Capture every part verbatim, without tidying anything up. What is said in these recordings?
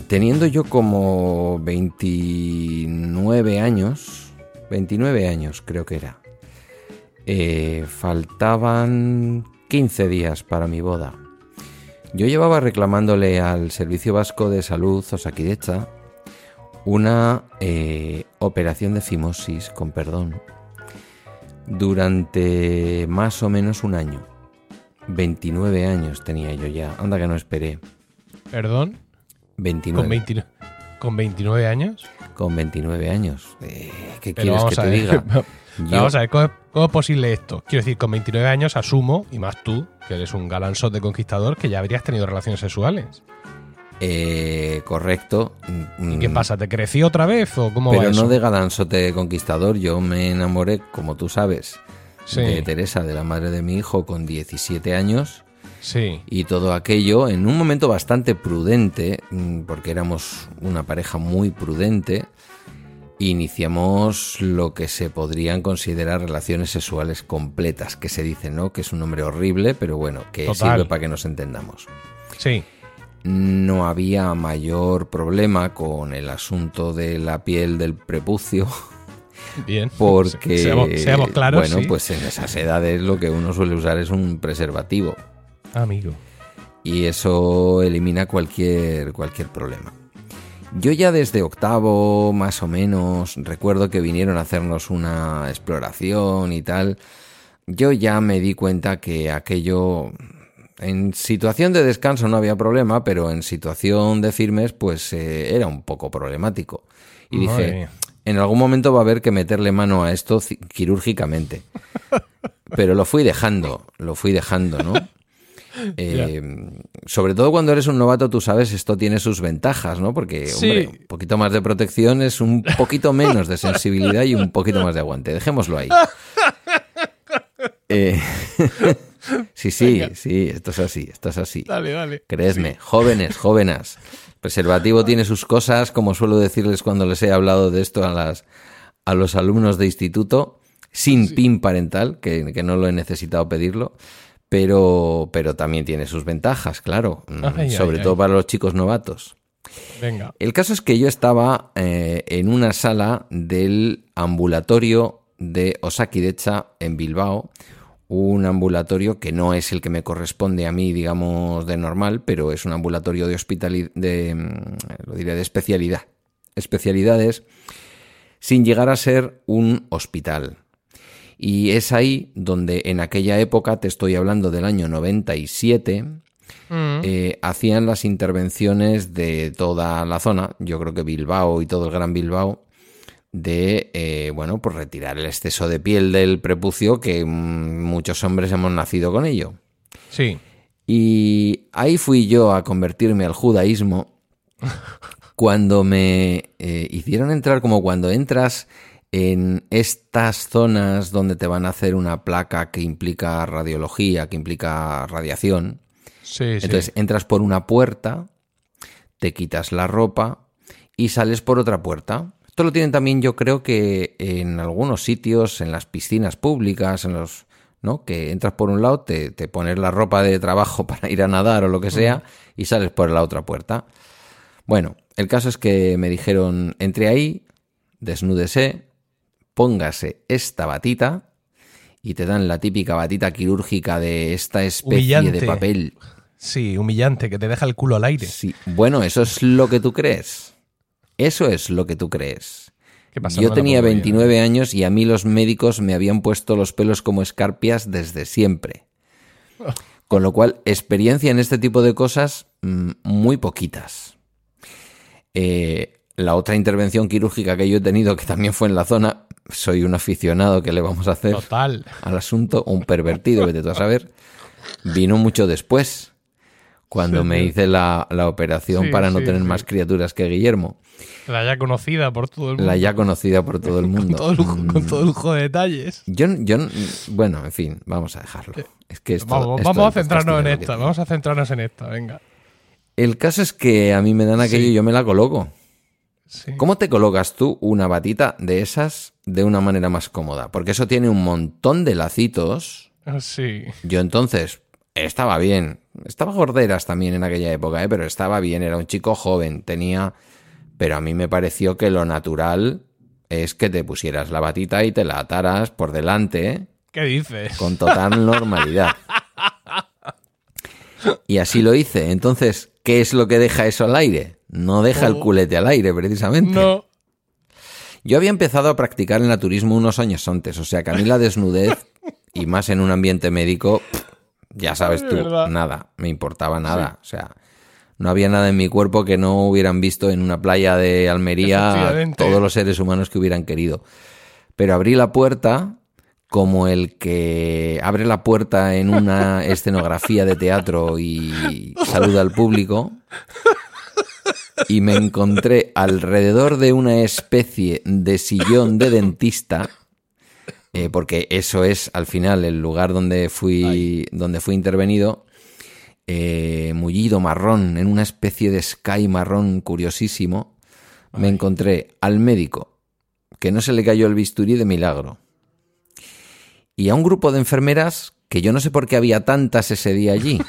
teniendo yo como veintinueve años, veintinueve años creo que era, eh, faltaban quince días para mi boda. Yo llevaba reclamándole al Servicio Vasco de Salud, Osakidetza, una eh, operación de fimosis, con perdón, durante más o menos un año. veintinueve años tenía yo ya. Anda que no esperé. ¿Perdón? veintinueve. ¿Con, veinte, ¿Con veintinueve años? Con veintinueve años. Eh, ¿Qué Pero quieres que te ver. diga? Yo... Yo... Vamos a ver, ¿cómo, ¿cómo es posible esto? Quiero decir, con veintinueve años asumo, y más tú, que eres un galanzote conquistador, que ya habrías tenido relaciones sexuales. Eh, correcto. ¿Y qué pasa? ¿Te creció otra vez o cómo Pero va eso? no de galanzote conquistador. Yo me enamoré, como tú sabes, Sí. de Teresa, de la madre de mi hijo, con diecisiete años. Sí. Y todo aquello en un momento bastante prudente, porque éramos una pareja muy prudente. Iniciamos lo que se podrían considerar relaciones sexuales completas, que se dice, ¿no? Que es un nombre horrible, pero bueno, que Total. sirve para que nos entendamos. Sí. No había mayor problema con el asunto de la piel del prepucio. Bien. Porque, seamos, seamos claros. bueno, sí. pues en esas edades lo que uno suele usar es un preservativo. Amigo. Y eso elimina cualquier, cualquier problema. Yo ya desde octavo, más o menos, recuerdo que vinieron a hacernos una exploración y tal. Yo ya me di cuenta que aquello, en situación de descanso no había problema, pero en situación de firmes, pues eh, era un poco problemático. Y Madre dije, mía. en algún momento va a haber que meterle mano a esto ci- quirúrgicamente. Pero lo fui dejando, lo fui dejando, ¿no? Eh, sobre todo cuando eres un novato, tú sabes, esto tiene sus ventajas, ¿no? Porque, Sí. hombre, un poquito más de protección es un poquito menos de sensibilidad y un poquito más de aguante. Dejémoslo ahí. Eh, sí, sí, Venga. sí, esto es así, esto es así. Dale, dale. Creedme, jóvenes, jóvenes. Preservativo tiene sus cosas, como suelo decirles cuando les he hablado de esto a las a los alumnos de instituto, sin Sí. pin parental, que, que no lo he necesitado pedirlo. Pero, pero también tiene sus ventajas, claro, Ay, sobre ay, todo ay. para los chicos novatos. Venga. El caso es que yo estaba eh, en una sala del ambulatorio de Osakidetza en Bilbao, un ambulatorio que no es el que me corresponde a mí, digamos, de normal, pero es un ambulatorio de hospitalidad, de, lo diré, de especialidad, especialidades, sin llegar a ser un hospital. Y es ahí donde en aquella época, te estoy hablando del año noventa y siete, Mm. eh, hacían las intervenciones de toda la zona, yo creo que Bilbao y todo el Gran Bilbao, de, eh, bueno, pues retirar el exceso de piel del prepucio, que mm, muchos hombres hemos nacido con ello. Sí. Y ahí fui yo a convertirme al judaísmo cuando me eh, hicieron entrar, como cuando entras en estas zonas donde te van a hacer una placa que implica radiología, que implica radiación. Sí, sí. Entonces entras por una puerta, te quitas la ropa y sales por otra puerta. Esto lo tienen también, yo creo que en algunos sitios, en las piscinas públicas, en los, ¿no? Que entras por un lado, te, te pones la ropa de trabajo para ir a nadar o lo que sea y sales por la otra puerta. Bueno, el caso es que me dijeron, entre ahí, desnúdese, póngase esta batita y te dan la típica batita quirúrgica de esta especie Humillante. de papel. Sí, humillante, que te deja el culo al aire. Sí, bueno, eso es lo que tú crees. Eso es lo que tú crees. ¿Qué pasa? Yo No me la tenía pongo bien, veintinueve ¿eh? años y a mí los médicos me habían puesto los pelos como escarpias desde siempre. Con lo cual, experiencia en este tipo de cosas, mmm, muy poquitas. Eh, la otra intervención quirúrgica que yo he tenido, que también fue en la zona, soy un aficionado, ¿qué le vamos a hacer Total. al asunto? Un pervertido, vete tú a saber. Vino mucho después, cuando Sí, me sí. hice la, la operación Sí, para no sí, tener sí. más criaturas que Guillermo. La ya conocida por todo el mundo. La ya conocida por todo el mundo. Con todo lujo, Mm, con todo lujo de detalles. Yo, yo, bueno, en fin, vamos a dejarlo. Es que esto, Vamos, esto vamos a del podcast centrarnos en tiene lo que esta. tiene. Vamos a centrarnos en esta, venga. El caso es que a mí me dan aquello y Sí. yo me la coloco. Sí. ¿Cómo te colocas tú una batita de esas de una manera más cómoda? Porque eso tiene un montón de lacitos. Sí. Yo entonces estaba bien. Estaba gorderas también en aquella época, ¿eh? Pero estaba bien, era un chico joven, tenía... Pero a mí me pareció que lo natural es que te pusieras la batita y te la ataras por delante. ¿Qué dices? Con total normalidad. Y así lo hice. Entonces, ¿qué es lo que deja eso al aire? No deja oh. el culete al aire, precisamente. No. Yo había empezado a practicar el naturismo unos años antes, o sea que a mí la desnudez, y más en un ambiente médico, ya sabes tú, nada, me importaba nada. Sí. O sea, no había nada en mi cuerpo que no hubieran visto en una playa de Almería todos los seres humanos que hubieran querido. Pero abrí la puerta como el que abre la puerta en una escenografía de teatro y saluda al público. Y me encontré alrededor de una especie de sillón de dentista, eh, porque eso es al final el lugar donde fui, donde fui intervenido, eh, mullido marrón, en una especie de sky marrón curiosísimo. Me Ay. encontré al médico, que no se le cayó el bisturí de milagro, y a un grupo de enfermeras que yo no sé por qué había tantas ese día allí.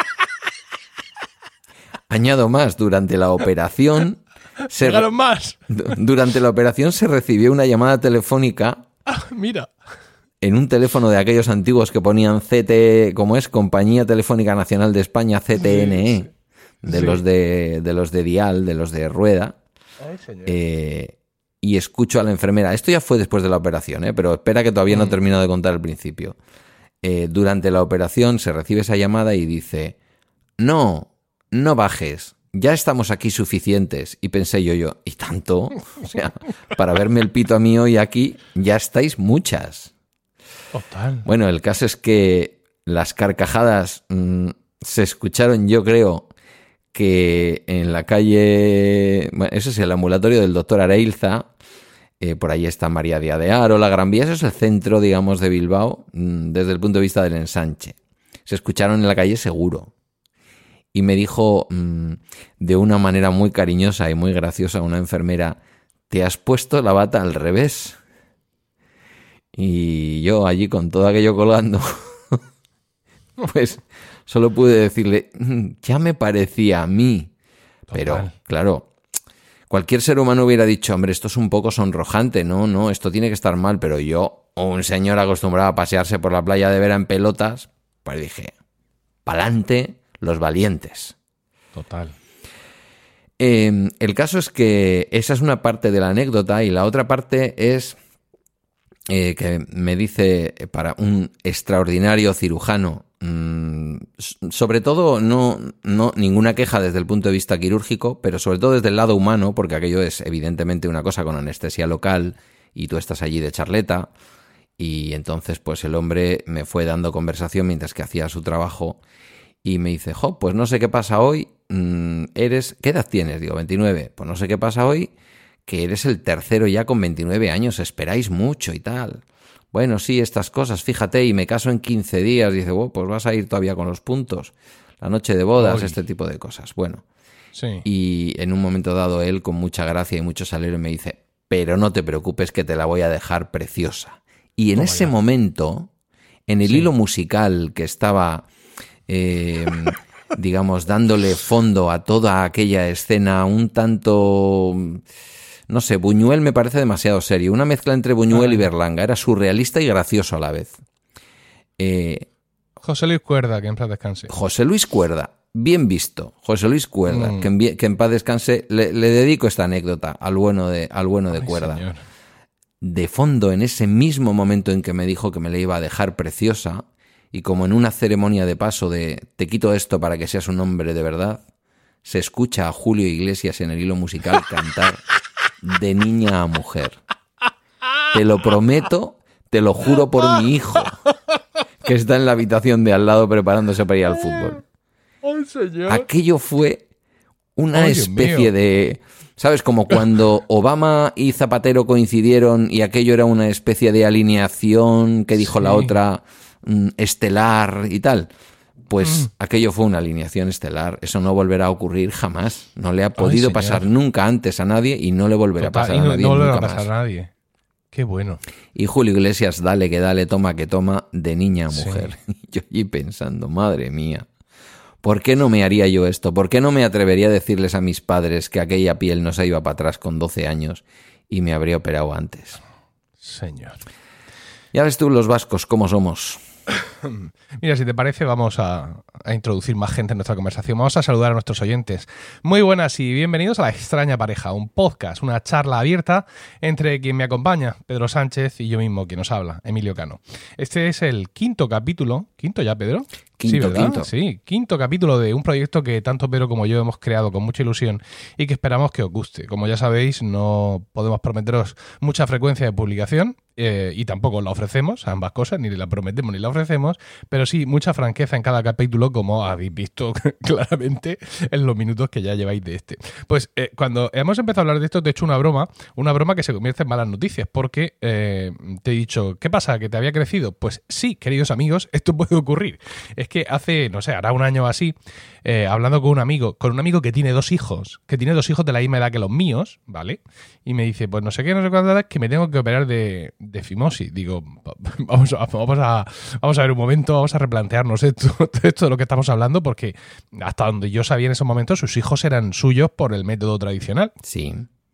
Añado más, durante la operación... Se, más. Durante la operación se recibió una llamada telefónica... Ah, mira. En un teléfono de aquellos antiguos que ponían C T... ¿Cómo es? Compañía Telefónica Nacional de España, C T N E. Sí, sí. De, sí. los de, de los de dial, de los de rueda. Ay, señor. Eh, y escucho a la enfermera. Esto ya fue después de la operación, ¿eh? Pero espera que todavía mm. no he terminado de contar el principio. Eh, durante la operación se recibe esa llamada y dice... No... No bajes, ya estamos aquí suficientes. Y pensé yo, yo, ¿y tanto? O sea, para verme el pito a mí hoy aquí, ya estáis muchas. Total. Bueno, el caso es que las carcajadas mmm, se escucharon, yo creo, que en la calle... Bueno, eso es el ambulatorio del doctor Areilza. Eh, por ahí está María Díaz de Haro, la Gran Vía. Eso es el centro, digamos, de Bilbao, mmm, desde el punto de vista del ensanche. Se escucharon en la calle seguro. Y me dijo mmm, de una manera muy cariñosa y muy graciosa una enfermera, ¿te has puesto la bata al revés? Y yo allí con todo aquello colgando, pues solo pude decirle, ya me parecía a mí. Total. Pero claro, cualquier ser humano hubiera dicho, hombre, esto es un poco sonrojante, no, no, esto tiene que estar mal. Pero yo, un señor acostumbrado a pasearse por la playa de Vera en pelotas, pues dije, pa'lante, los valientes. Total. Eh, el caso es que esa es una parte de la anécdota y la otra parte es eh, que me dice para un extraordinario cirujano, mmm, sobre todo no, no ninguna queja desde el punto de vista quirúrgico, pero sobre todo desde el lado humano, porque aquello es evidentemente una cosa con anestesia local y tú estás allí de charleta, y entonces pues el hombre me fue dando conversación mientras que hacía su trabajo. Y me dice, jo, pues no sé qué pasa hoy, eres... ¿Qué edad tienes? Digo, veintinueve. Pues no sé qué pasa hoy, que eres el tercero ya con veintinueve años, esperáis mucho y tal. Bueno, sí, estas cosas, fíjate, y me caso en quince días. Dice, oh, pues vas a ir todavía con los puntos, la noche de bodas, Uy. este tipo de cosas. Bueno, sí. Y en un momento dado él, con mucha gracia y mucho salero, me dice, pero no te preocupes que te la voy a dejar preciosa. Y en oh, ese vaya. momento, en el sí. hilo musical que estaba... Eh, digamos, dándole fondo a toda aquella escena un tanto, no sé, Buñuel me parece demasiado serio, una mezcla entre Buñuel Ay. y Berlanga, era surrealista y gracioso a la vez. Eh, José Luis Cuerda, que en paz descanse. José Luis Cuerda, bien visto, José Luis Cuerda, mm. que, en, que en paz descanse, le, le dedico esta anécdota al bueno de, al bueno de Ay, Cuerda. Señor. De fondo, en ese mismo momento en que me dijo que me la iba a dejar preciosa, y como en una ceremonia de paso de te quito esto para que seas un hombre de verdad, se escucha a Julio Iglesias en el hilo musical cantar de niña a mujer. Te lo prometo, te lo juro por mi hijo, que está en la habitación de al lado preparándose para ir al fútbol. ¡Ay, señor! Aquello fue una ¡Ay, especie de... ¿Sabes? Como cuando Obama y Zapatero coincidieron y aquello era una especie de alineación que dijo sí. la otra... estelar y tal, pues mm. aquello fue una alineación estelar. Eso no volverá a ocurrir jamás, no le ha podido Ay, pasar nunca antes a nadie y no le volverá Total, a pasar a no, nadie no nunca le va a pasar más. a nadie. Qué bueno. Y Julio Iglesias, dale que dale, toma que toma, de niña a mujer. Sí. Y yo allí pensando, madre mía, ¿por qué no me haría yo esto? ¿Por qué no me atrevería a decirles a mis padres que aquella piel no se iba para atrás con doce años y me habría operado antes? Señor. Ya ves tú los vascos cómo somos. Mira, si te parece, vamos a, a introducir más gente en nuestra conversación. Vamos a saludar a nuestros oyentes. Muy buenas y bienvenidos a La Extraña Pareja, un podcast, una charla abierta entre quien me acompaña, Pedro Sánchez, y yo mismo, quien nos habla, Emilio Cano. Este es el quinto capítulo. ¿Quinto ya, Pedro? Quinto, sí, ¿verdad? quinto. Sí, quinto capítulo de un proyecto que tanto Pedro como yo hemos creado con mucha ilusión y que esperamos que os guste. Como ya sabéis, no podemos prometeros mucha frecuencia de publicación eh, y tampoco la ofrecemos, ambas cosas, ni la prometemos ni la ofrecemos, pero sí mucha franqueza en cada capítulo, como habéis visto claramente en los minutos que ya lleváis de este. Pues eh, cuando hemos empezado a hablar de esto, te he hecho una broma, una broma que se convierte en malas noticias, porque eh, te he dicho, ¿qué pasa? ¿Que te había crecido? Pues sí, queridos amigos, esto puede ocurrir. Es que hace, no sé, hará un año o así, eh, hablando con un amigo, con un amigo que tiene dos hijos, que tiene dos hijos de la misma edad que los míos, ¿vale? Y me dice, pues no sé qué, no sé cuándo es que me tengo que operar de, de fimosis. Digo, vamos a, vamos a, vamos a ver un momento, vamos a replantearnos esto, esto de lo que estamos hablando, porque hasta donde yo sabía en esos momentos, sus hijos eran suyos por el método tradicional. Sí.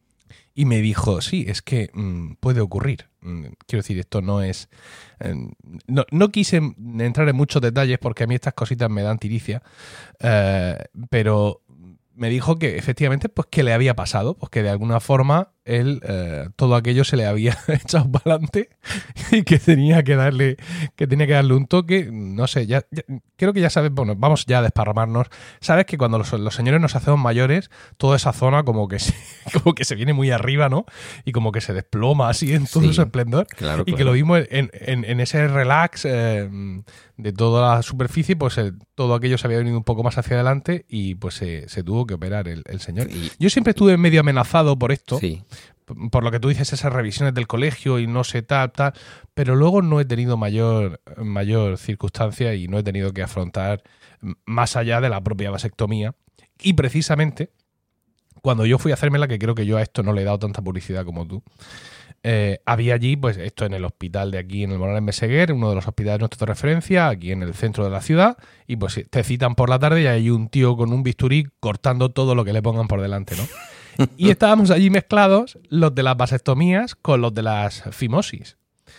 Y me dijo, sí, es que mmm, puede ocurrir. Mm, quiero decir, esto no es... Eh, no, no quise entrar en muchos detalles porque a mí estas cositas me dan tiricia, eh, pero me dijo que efectivamente, pues que le había pasado, pues que de alguna forma él, eh, todo aquello se le había echado para adelante y que tenía que darle, que tenía que darle un toque, no sé, ya, ya creo que ya sabes, bueno, vamos ya a desparramarnos. Sabes que cuando los, los señores nos hacemos mayores, toda esa zona como que se, como que se viene muy arriba, ¿no? Y como que se desploma así en todo Sí, su esplendor. claro, y que claro. lo vimos en, en, en ese relax eh, de toda la superficie, pues eh, todo aquello se había venido un poco más hacia adelante y pues se, se tuvo que operar el, el señor. Y- Yo siempre estuve medio amenazado por esto. Sí. Por lo que tú dices, esas revisiones del colegio y no sé tal, tal, pero luego no he tenido mayor, mayor circunstancia y no he tenido que afrontar más allá de la propia vasectomía. Y precisamente, cuando yo fui a hacérmela, que creo que yo a esto no le he dado tanta publicidad como tú, eh, había allí, pues esto en el hospital de aquí, en el Morales Meseguer, uno de los hospitales nuestros de referencia, aquí en el centro de la ciudad, y pues te citan por la tarde y hay un tío con un bisturí cortando todo lo que le pongan por delante, ¿no? Y estábamos allí mezclados los de las vasectomías con los de las fimosis.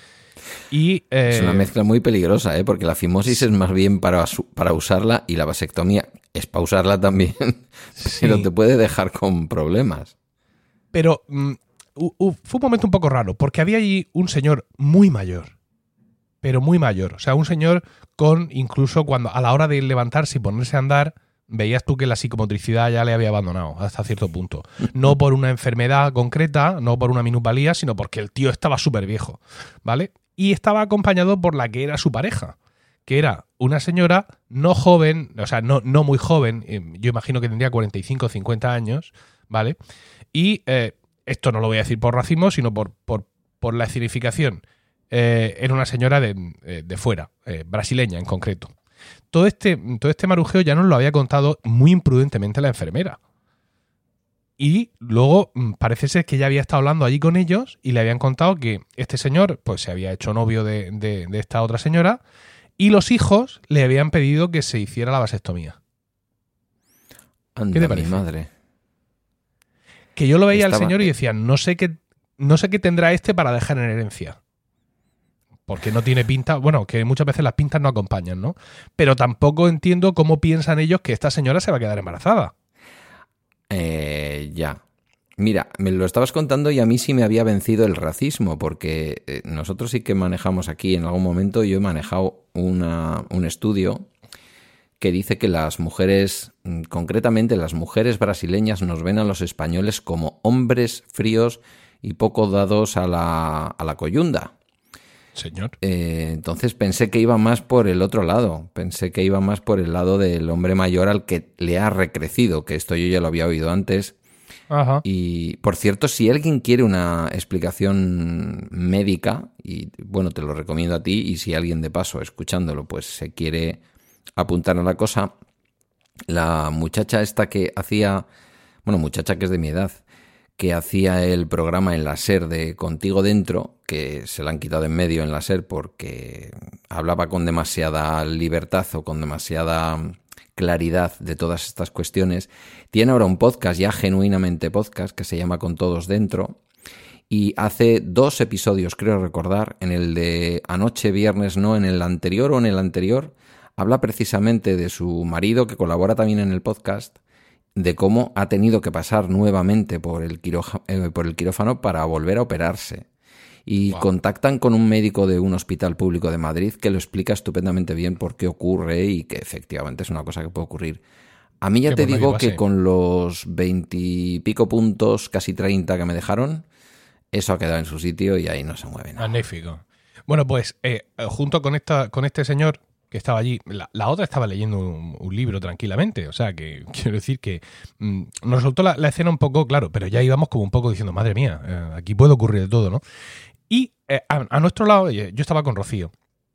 Y, eh, Es una mezcla muy peligrosa, ¿eh? Porque la fimosis es más bien para, su- para usarla y la vasectomía es para usarla también, pero sí. te puede dejar con problemas. Pero mm, u- u- fue un momento un poco raro, porque había allí un señor muy mayor, pero muy mayor. O sea, un señor con, incluso cuando a la hora de levantarse y ponerse a andar, veías tú que la psicomotricidad ya le había abandonado hasta cierto punto. No por una enfermedad concreta, no por una minusvalía, sino porque el tío estaba súper viejo, ¿vale? Y estaba acompañado por la que era su pareja, que era una señora no joven, o sea, no, no muy joven, eh, yo imagino que tendría cuarenta y cinco o cincuenta años, ¿vale? Y eh, esto no lo voy a decir por racismo, sino por, por, por la escenificación. Eh, era una señora de, eh, de fuera, eh, brasileña en concreto. Todo este, todo este marujeo ya nos lo había contado muy imprudentemente la enfermera. Y luego mm, parece ser que ya había estado hablando allí con ellos y le habían contado que este señor pues se había hecho novio de, de, de esta otra señora y los hijos le habían pedido que se hiciera la vasectomía. Anda, ¿Qué te mi parece? madre. Que yo lo veía al Estaba- señor y decía, no sé qué, no sé qué tendrá este para dejar en herencia. Porque no tiene pinta, bueno, que muchas veces las pintas no acompañan, ¿no? Pero tampoco entiendo cómo piensan ellos que esta señora se va a quedar embarazada. Eh, ya. Mira, me lo estabas contando y a mí sí me había vencido el racismo, porque eh, nosotros sí que manejamos aquí en algún momento, yo he manejado una, un estudio que dice que las mujeres, mm, concretamente las mujeres brasileñas, nos ven a los españoles como hombres fríos y poco dados a la, a la coyunda. Señor. Eh, entonces pensé que iba más por el otro lado, pensé que iba más por el lado del hombre mayor al que le ha recrecido, que esto yo ya lo había oído antes. Ajá. Y, por cierto, si alguien quiere una explicación médica, y bueno, te lo recomiendo a ti, y si alguien de paso, escuchándolo, pues se quiere apuntar a la cosa, la muchacha esta que hacía, bueno, muchacha que es de mi edad, que hacía el programa en la SER de Contigo Dentro, que se la han quitado en medio en la SER porque hablaba con demasiada libertad o con demasiada claridad de todas estas cuestiones. Tiene ahora un podcast, ya genuinamente podcast, que se llama Con Todos Dentro, y hace dos episodios, creo recordar, en el de anoche, viernes, no, en el anterior o en el anterior, habla precisamente de su marido, que colabora también en el podcast, de cómo ha tenido que pasar nuevamente por el, quiroja, eh, por el quirófano para volver a operarse. Y wow. Contactan con un médico de un hospital público de Madrid que lo explica estupendamente bien por qué ocurre y que efectivamente es una cosa que puede ocurrir. A mí ya qué te digo que con los veintipico puntos, casi treinta que me dejaron, eso ha quedado en su sitio y ahí no se mueve nada. Magnífico. Bueno, pues eh, junto con, esta, con este señor que estaba allí, la, la otra estaba leyendo un, un libro tranquilamente, o sea, que quiero decir que mmm, nos resultó la, la escena un poco, claro, pero ya íbamos como un poco diciendo, madre mía, eh, aquí puede ocurrir de todo, ¿no? Y eh, a, a nuestro lado, yo estaba con Rocío,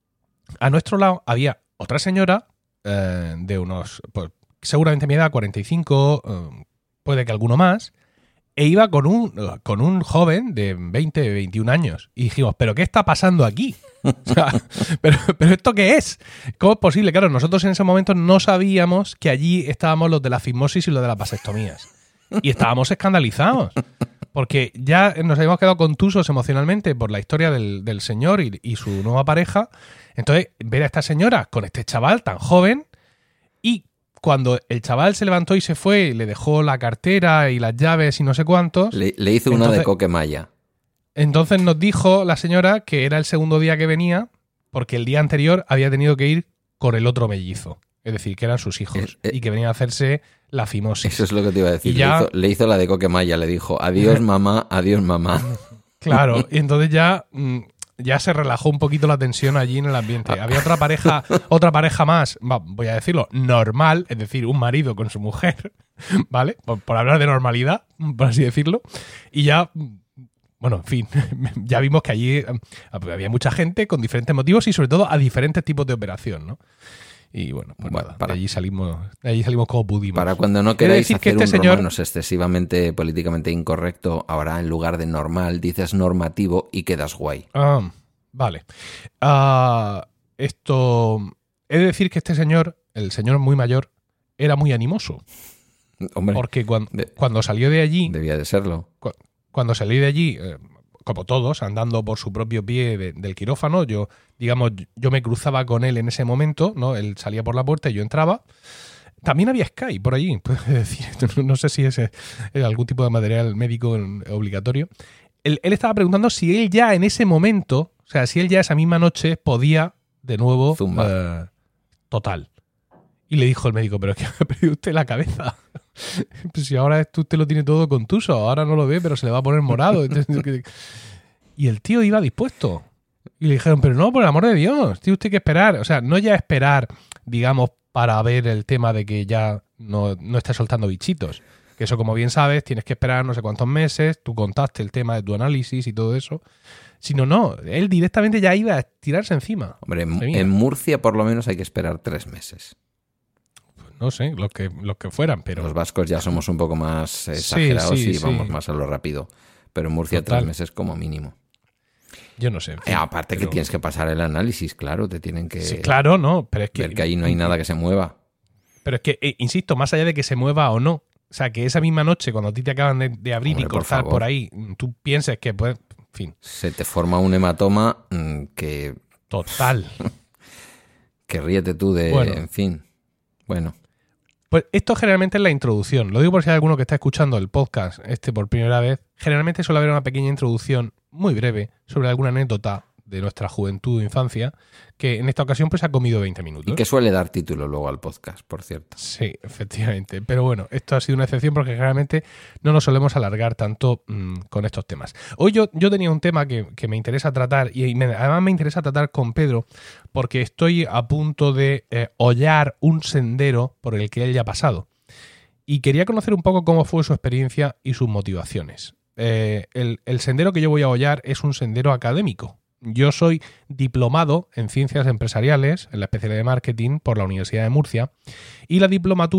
a nuestro lado había otra señora eh, de unos, pues, seguramente mi edad, cuarenta y cinco, eh, puede que alguno más, e iba con un, con un joven de veinte, veintiún años. Y dijimos, ¿pero qué está pasando aquí? O sea, ¿pero, ¿pero esto qué es? ¿Cómo es posible? Claro, nosotros en ese momento no sabíamos que allí estábamos los de la fimosis y los de las vasectomías. Y estábamos escandalizados. Porque ya nos habíamos quedado contusos emocionalmente por la historia del, del señor y, y su nueva pareja. Entonces, ver a esta señora con este chaval tan joven y cuando el chaval se levantó y se fue, le dejó la cartera y las llaves y no sé cuántos. Le, le hizo una de coquemaya. Entonces nos dijo la señora que era el segundo día que venía porque el día anterior había tenido que ir con el otro mellizo. Es decir, que eran sus hijos es, es, y que venían a hacerse la fimosis. Eso es lo que te iba a decir. Ya, le, hizo, le hizo la de coquemaya, le dijo, adiós mamá, adiós mamá. Claro, y entonces ya... Mmm, ya se relajó un poquito la tensión allí en el ambiente. Había otra pareja, otra pareja más, voy a decirlo, normal, es decir, un marido con su mujer, ¿vale? Por, por hablar de normalidad, por así decirlo. Y ya, bueno, en fin, ya vimos que allí había mucha gente con diferentes motivos y sobre todo a diferentes tipos de operación, ¿no? Y bueno, pues bueno, nada, para, de allí salimos, de allí salimos como pudimos. Para cuando no queráis hacer este un señor... romanos excesivamente políticamente incorrecto, ahora en lugar de normal dices normativo y quedas guay. Ah, vale. Uh, esto... He de decir que este señor, el señor muy mayor, era muy animoso. Hombre, porque cuando, de, cuando salió de allí... Debía de serlo. Cu cuando salí de allí... Eh, como todos, andando por su propio pie de, del quirófano, yo, digamos, yo me cruzaba con él en ese momento, ¿no? Él salía por la puerta y yo entraba. También había Skype por allí, puedes decir, no sé si es algún tipo de material médico obligatorio. Él, él estaba preguntando si él ya en ese momento, o sea, si él ya esa misma noche podía de nuevo... Uh, total. Y le dijo el médico, pero es que me ha perdido usted la cabeza. Pues si ahora esto usted lo tiene todo contuso, ahora no lo ve, pero se le va a poner morado. Y el tío iba dispuesto. Y le dijeron, pero no, por el amor de Dios, tiene usted que esperar. O sea, no ya esperar, digamos, para ver el tema de que ya no, no está soltando bichitos. Que eso, como bien sabes, tienes que esperar no sé cuántos meses, tú contaste el tema de tu análisis y todo eso. Sino no, él directamente ya iba a tirarse encima. Hombre, en, en Murcia por lo menos hay que esperar tres meses. No sé, los que, los que fueran, pero... Los vascos ya somos un poco más exagerados sí, sí, y vamos sí. más a lo rápido. Pero en Murcia Total. tres meses como mínimo. Yo no sé. En fin, eh, aparte pero... que tienes que pasar el análisis, claro, te tienen que... Sí, claro, no, pero es que... Ver que ahí no hay nada que se mueva. Pero es que, eh, insisto, más allá de que se mueva o no, o sea, que esa misma noche, cuando a ti te acaban de, de abrir Hombre, y cortar por, por ahí, tú pienses que, pues, en fin... Se te forma un hematoma mmm, que... Total. Que ríete tú de... Bueno. En fin, bueno... Pues esto generalmente es la introducción. Lo digo por si hay alguno que está escuchando el podcast este por primera vez. Generalmente suele haber una pequeña introducción muy breve sobre alguna anécdota de nuestra juventud o infancia, que en esta ocasión pues ha comido veinte minutos. Y que suele dar título luego al podcast, por cierto. Sí, efectivamente. Pero bueno, esto ha sido una excepción porque generalmente no nos solemos alargar tanto mmm, con estos temas. Hoy yo, yo tenía un tema que, que me interesa tratar y me, además me interesa tratar con Pedro porque estoy a punto de eh, hollar un sendero por el que él ya ha pasado. Y quería conocer un poco cómo fue su experiencia y sus motivaciones. Eh, el, el sendero que yo voy a hollar es un sendero académico. Yo soy diplomado en Ciencias Empresariales, en la especialidad de Marketing, por la Universidad de Murcia, y la diplomatura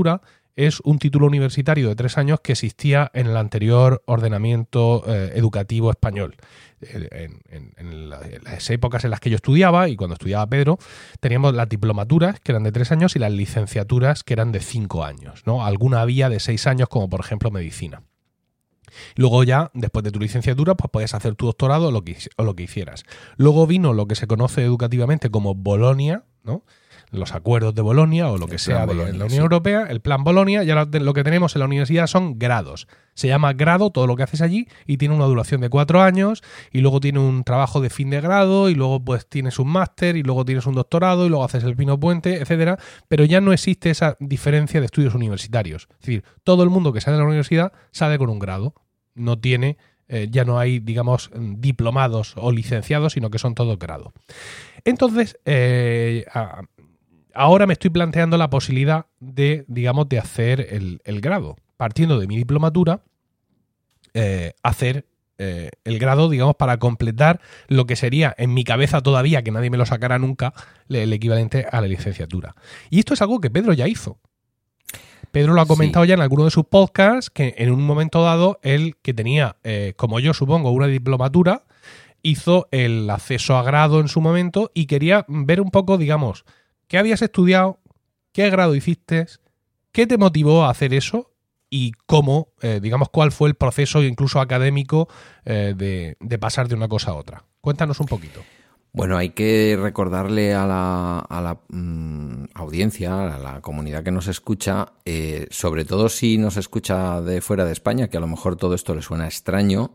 es un título universitario de tres años que existía en el anterior ordenamiento eh, educativo español. En, en, en las épocas en las que yo estudiaba y cuando estudiaba Pedro, teníamos las diplomaturas que eran de tres años y las licenciaturas que eran de cinco años, ¿no? Alguna había de seis años, como por ejemplo medicina. Luego ya, después de tu licenciatura, pues podías hacer tu doctorado o lo que, o lo que hicieras. Luego vino lo que se conoce educativamente como Bolonia, ¿no? Los acuerdos de Bolonia o lo que sea de Bolonia, la Unión sí. Europea, el plan Bolonia, y ahora lo que tenemos en la universidad son grados. Se llama grado todo lo que haces allí y tiene una duración de cuatro años y luego tiene un trabajo de fin de grado y luego pues tienes un máster y luego tienes un doctorado y luego haces el pino puente, etcétera. Pero ya no existe esa diferencia de estudios universitarios. Es decir, todo el mundo que sale de la universidad sale con un grado. No tiene, eh, ya no hay, digamos, diplomados o licenciados, sino que son todos grados. Entonces, eh, a, ahora me estoy planteando la posibilidad de, digamos, de hacer el, el grado. Partiendo de mi diplomatura, eh, hacer eh, el grado, digamos, para completar lo que sería, en mi cabeza todavía, que nadie me lo sacará nunca, el equivalente a la licenciatura. Y esto es algo que Pedro ya hizo. Pedro lo ha comentado sí. ya en alguno de sus podcasts, que en un momento dado, él, que tenía, eh, como yo supongo, una diplomatura, hizo el acceso a grado en su momento y quería ver un poco, digamos, qué habías estudiado, qué grado hiciste, qué te motivó a hacer eso y cómo, eh, digamos, cuál fue el proceso incluso académico eh, de, de pasar de una cosa a otra. Cuéntanos un poquito. Bueno, hay que recordarle a la, a la mmm, audiencia, a la comunidad que nos escucha, eh, sobre todo si nos escucha de fuera de España, que a lo mejor todo esto le suena extraño,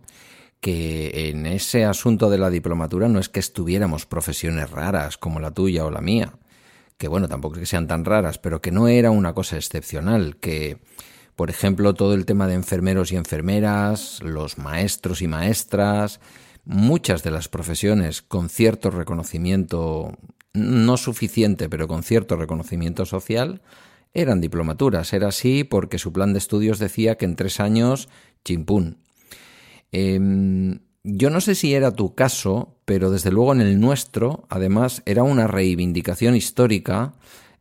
que en ese asunto de la diplomatura no es que estuviéramos profesiones raras como la tuya o la mía, que bueno, tampoco es que sean tan raras, pero que no era una cosa excepcional, que, por ejemplo, todo el tema de enfermeros y enfermeras, los maestros y maestras, muchas de las profesiones con cierto reconocimiento, no suficiente, pero con cierto reconocimiento social, eran diplomaturas. Era así porque su plan de estudios decía que en tres años, chimpún. Eh, yo no sé si era tu caso, pero desde luego en el nuestro, además, era una reivindicación histórica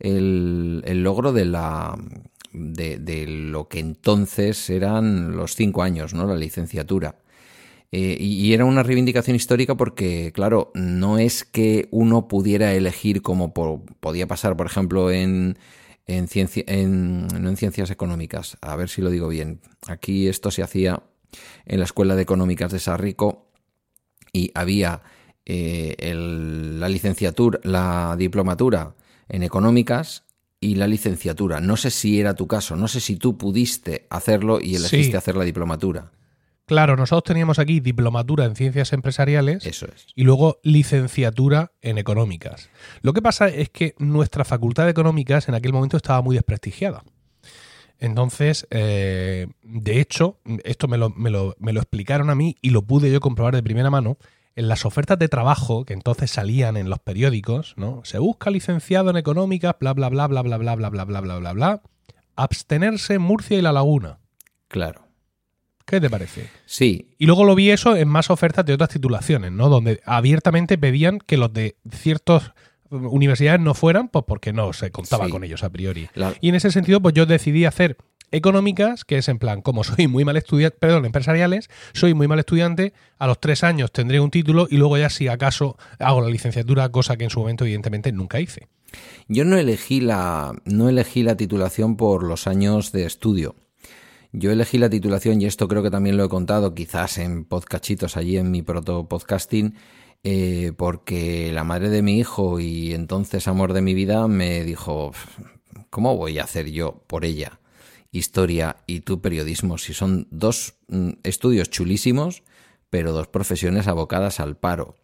el, el logro de la de, de lo que entonces eran los cinco años, ¿no? La licenciatura. Eh, y, y era una reivindicación histórica porque, claro, no es que uno pudiera elegir como por, podía pasar, por ejemplo, en, en, ciencia, en, no en ciencias económicas, a ver si lo digo bien. Aquí esto se hacía en la Escuela de Económicas de Sarrico y había eh, el, la licenciatura, la diplomatura en económicas y la licenciatura. No sé si era tu caso, no sé si tú pudiste hacerlo y elegiste sí. hacer la diplomatura. Claro, nosotros teníamos aquí diplomatura en ciencias empresariales. Eso es. Y luego licenciatura en económicas. Lo que pasa es que nuestra facultad de económicas en aquel momento estaba muy desprestigiada. Entonces, eh, de hecho, esto me lo, me, lo, me lo explicaron a mí y lo pude yo comprobar de primera mano. En las ofertas de trabajo que entonces salían en los periódicos, ¿no? Se busca licenciado en económicas, bla, bla, bla, bla, bla, bla, bla, bla, bla, bla, bla, bla. Abstenerse en Murcia y La Laguna. Claro. ¿Qué te parece? Sí. Y luego lo vi eso en más ofertas de otras titulaciones, ¿no? Donde abiertamente pedían que los de ciertas universidades no fueran, pues porque no se contaba sí. con ellos a priori. La... Y en ese sentido, pues yo decidí hacer económicas, que es en plan, como soy muy mal estudiante, perdón, empresariales, soy muy mal estudiante, a los tres años tendré un título y luego ya si acaso hago la licenciatura, cosa que en su momento evidentemente nunca hice. Yo no elegí la, no elegí la titulación por los años de estudio. Yo elegí la titulación, y esto creo que también lo he contado, quizás en podcastitos allí en mi proto-podcasting, eh, porque la madre de mi hijo y entonces amor de mi vida me dijo, ¿cómo voy a hacer yo por ella historia y tú periodismo? Si son dos mm, estudios chulísimos, pero dos profesiones abocadas al paro.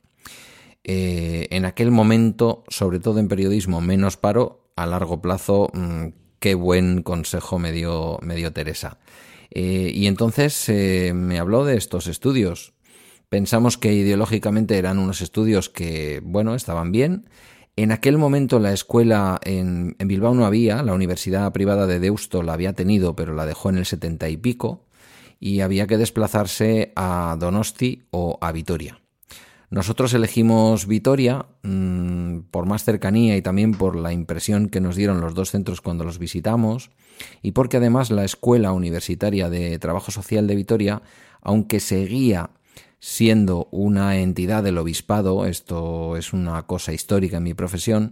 Eh, en aquel momento, sobre todo en periodismo, menos paro, a largo plazo, mmm, qué buen consejo me dio, me dio Teresa. Eh, y entonces eh, me habló de estos estudios. Pensamos que ideológicamente eran unos estudios que, bueno, estaban bien. En aquel momento la escuela en, en Bilbao no había, la universidad privada de Deusto la había tenido, pero la dejó en el setenta y pico, y había que desplazarse a Donosti o a Vitoria. Nosotros elegimos Vitoria mmm, por más cercanía y también por la impresión que nos dieron los dos centros cuando los visitamos, y porque además la Escuela Universitaria de Trabajo Social de Vitoria, aunque seguía siendo una entidad del obispado, esto es una cosa histórica en mi profesión,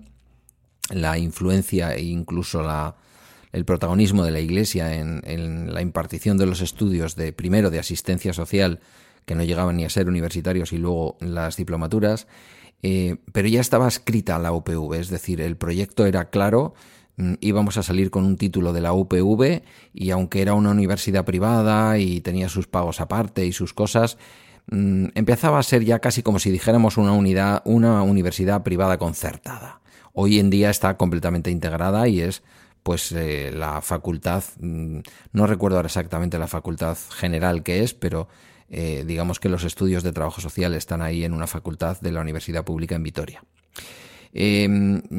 la influencia e incluso la, el protagonismo de la Iglesia en, en la impartición de los estudios de primero de asistencia social, que no llegaban ni a ser universitarios, y luego las diplomaturas, eh, pero ya estaba escrita la U P V, es decir, el proyecto era claro, íbamos a salir con un título de la U P V, y aunque era una universidad privada y tenía sus pagos aparte y sus cosas, mmm, empezaba a ser ya casi como si dijéramos una unidad, una universidad privada concertada. Hoy en día está completamente integrada y es pues eh, la facultad, mmm, no recuerdo ahora exactamente la facultad general que es, pero Eh, digamos que los estudios de trabajo social están ahí en una facultad de la Universidad Pública en Vitoria. Eh,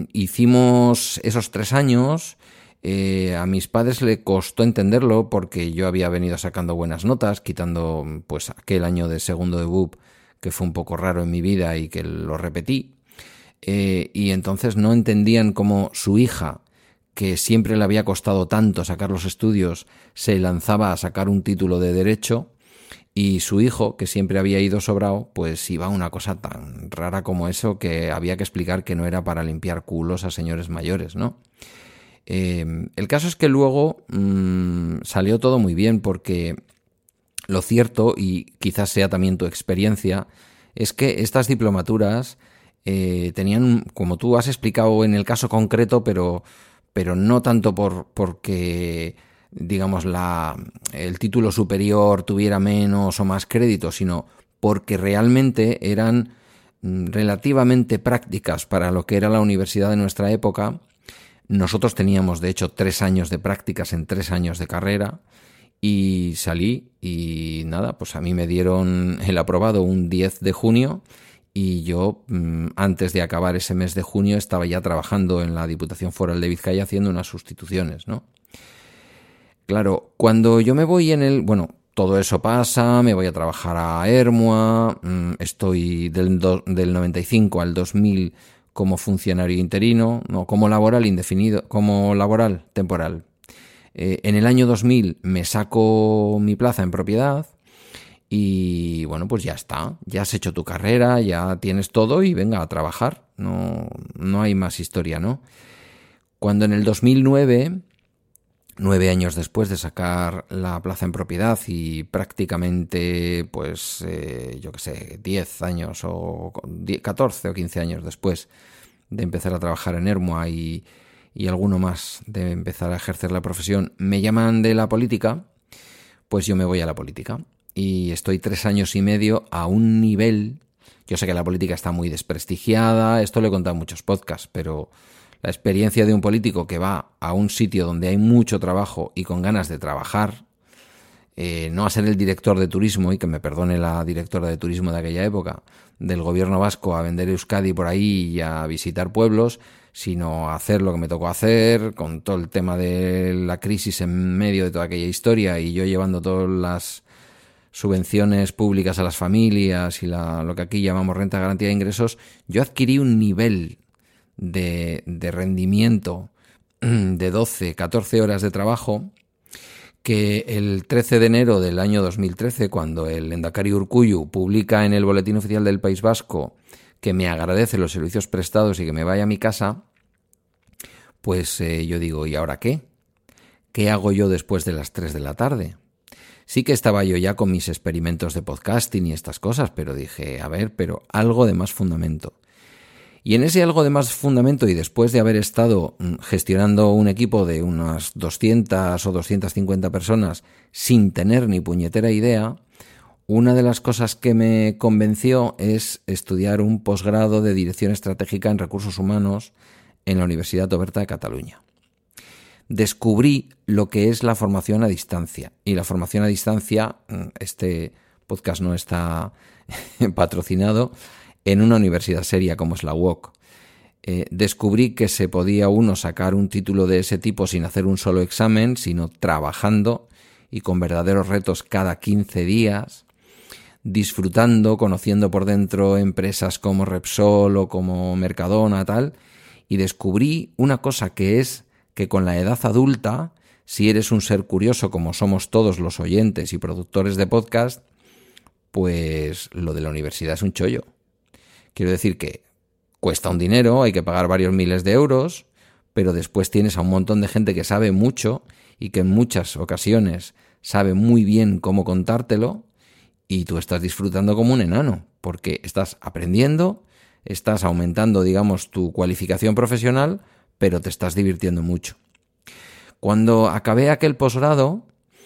hicimos esos tres años, eh, a mis padres le costó entenderlo porque yo había venido sacando buenas notas, quitando pues aquel año de segundo de B U P que fue un poco raro en mi vida y que lo repetí, eh, y entonces no entendían cómo su hija, que siempre le había costado tanto sacar los estudios, se lanzaba a sacar un título de Derecho, y su hijo, que siempre había ido sobrado, pues iba a una cosa tan rara como eso, que había que explicar que no era para limpiar culos a señores mayores, ¿no? Eh, el caso es que luego mmm, salió todo muy bien, porque lo cierto, y quizás sea también tu experiencia, es que estas diplomaturas eh, tenían, como tú has explicado en el caso concreto, pero, pero no tanto por porque digamos, la, el título superior tuviera menos o más crédito, sino porque realmente eran relativamente prácticas para lo que era la universidad de nuestra época. Nosotros teníamos, de hecho, tres años de prácticas en tres años de carrera, y salí y nada, pues a mí me dieron el aprobado un diez de junio, y yo, antes de acabar ese mes de junio, estaba ya trabajando en la Diputación Foral de Vizcaya haciendo unas sustituciones, ¿no? Claro, cuando yo me voy en el... Bueno, todo eso pasa, me voy a trabajar a Ermua, estoy del, do, del noventa y cinco al dos mil como funcionario interino, no, como laboral indefinido, como laboral temporal. Eh, en el año dos mil me saco mi plaza en propiedad y bueno, pues ya está, ya has hecho tu carrera, ya tienes todo y venga a trabajar, no, no hay más historia, ¿no? Cuando en el dos mil nueve... Nueve años después de sacar la plaza en propiedad y prácticamente, pues, eh, yo qué sé, diez años o catorce o quince años después de empezar a trabajar en Ermua y, y alguno más de empezar a ejercer la profesión, me llaman de la política, pues yo me voy a la política. Y estoy tres años y medio a un nivel... Yo sé que la política está muy desprestigiada, esto lo he contado en muchos podcasts, pero... La experiencia de un político que va a un sitio donde hay mucho trabajo y con ganas de trabajar, eh, no a ser el director de turismo, y que me perdone la directora de turismo de aquella época, del gobierno vasco, a vender Euskadi por ahí y a visitar pueblos, sino a hacer lo que me tocó hacer, con todo el tema de la crisis en medio de toda aquella historia, y yo llevando todas las subvenciones públicas a las familias y la, lo que aquí llamamos renta de garantía de ingresos. Yo adquirí un nivel De, de rendimiento de doce, catorce horas de trabajo, que el trece de enero del año dos mil trece, cuando el Lehendakari Urkullu publica en el Boletín Oficial del País Vasco que me agradece los servicios prestados y que me vaya a mi casa, pues eh, yo digo, ¿y ahora qué? ¿Qué hago yo después de las tres de la tarde? Sí que estaba yo ya con mis experimentos de podcasting y estas cosas, pero dije, a ver, pero algo de más fundamento. Y en ese algo de más fundamento, y después de haber estado gestionando un equipo de unas doscientas o doscientas cincuenta personas sin tener ni puñetera idea, una de las cosas que me convenció es estudiar un posgrado de Dirección Estratégica en Recursos Humanos en la Universidad Oberta de Cataluña. Descubrí lo que es la formación a distancia. Y la formación a distancia, este podcast no está patrocinado, en una universidad seria como es la U O C. Eh, descubrí que se podía uno sacar un título de ese tipo sin hacer un solo examen, sino trabajando y con verdaderos retos cada quince días. disfrutando, conociendo por dentro empresas como Repsol o como Mercadona, tal, y descubrí una cosa que es que con la edad adulta, si eres un ser curioso como somos todos los oyentes y productores de podcast, pues lo de la universidad es un chollo. Quiero decir que cuesta un dinero, hay que pagar varios miles de euros, pero después tienes a un montón de gente que sabe mucho y que en muchas ocasiones sabe muy bien cómo contártelo y tú estás disfrutando como un enano, porque estás aprendiendo, estás aumentando, digamos, tu cualificación profesional, pero te estás divirtiendo mucho. Cuando acabé aquel posgrado,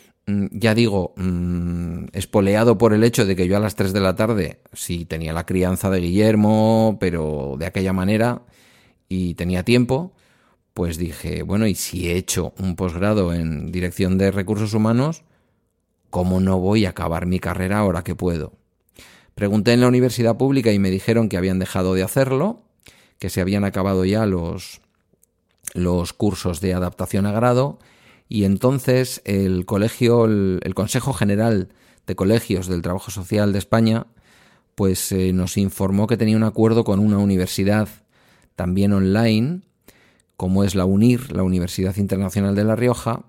ya digo, mmm, espoleado por el hecho de que yo a las tres de la tarde sí tenía la crianza de Guillermo, pero de aquella manera, y tenía tiempo, pues dije, bueno, y si he hecho un posgrado en dirección de recursos humanos, ¿cómo no voy a acabar mi carrera ahora que puedo? Pregunté en la universidad pública y me dijeron que habían dejado de hacerlo, que se habían acabado ya los, los cursos de adaptación a grado, y entonces el colegio, el, el Consejo General de Colegios del Trabajo Social de España, pues eh, nos informó que tenía un acuerdo con una universidad también online, como es la UNIR, la Universidad Internacional de La Rioja,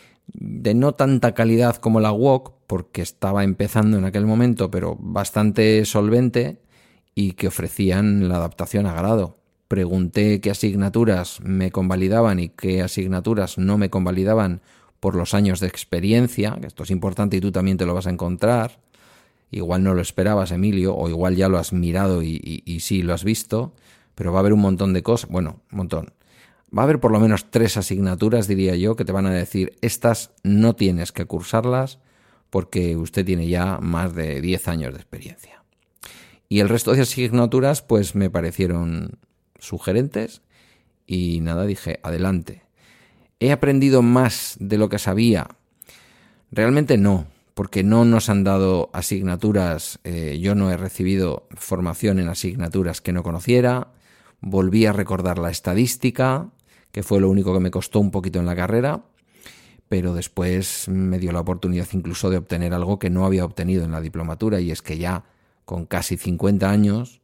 de no tanta calidad como la U O C, porque estaba empezando en aquel momento, pero bastante solvente, y que ofrecían la adaptación a grado. Pregunté qué asignaturas me convalidaban y qué asignaturas no me convalidaban por los años de experiencia, que esto es importante y tú también te lo vas a encontrar. Igual no lo esperabas, Emilio, o igual ya lo has mirado y, y, y sí lo has visto, pero va a haber un montón de cosas, bueno, un montón. Va a haber por lo menos tres asignaturas, diría yo, que te van a decir, estas no tienes que cursarlas porque usted tiene ya más de diez años de experiencia. Y el resto de asignaturas pues me parecieron sugerentes y nada, dije, adelante. ¿He aprendido más de lo que sabía? Realmente no, porque no nos han dado asignaturas, eh, yo no he recibido formación en asignaturas que no conociera, volví a recordar la estadística, que fue lo único que me costó un poquito en la carrera, pero después me dio la oportunidad incluso de obtener algo que no había obtenido en la diplomatura, y es que ya con casi cincuenta años,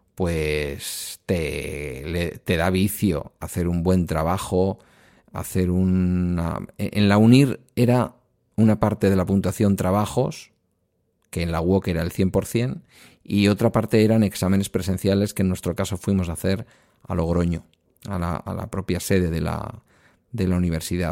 pues te, le, te da vicio hacer un buen trabajo, hacer una... En la UNIR era una parte de la puntuación trabajos, que en la U O C era el cien por ciento, y otra parte eran exámenes presenciales que en nuestro caso fuimos a hacer a Logroño, a la, a la propia sede de la, de la universidad.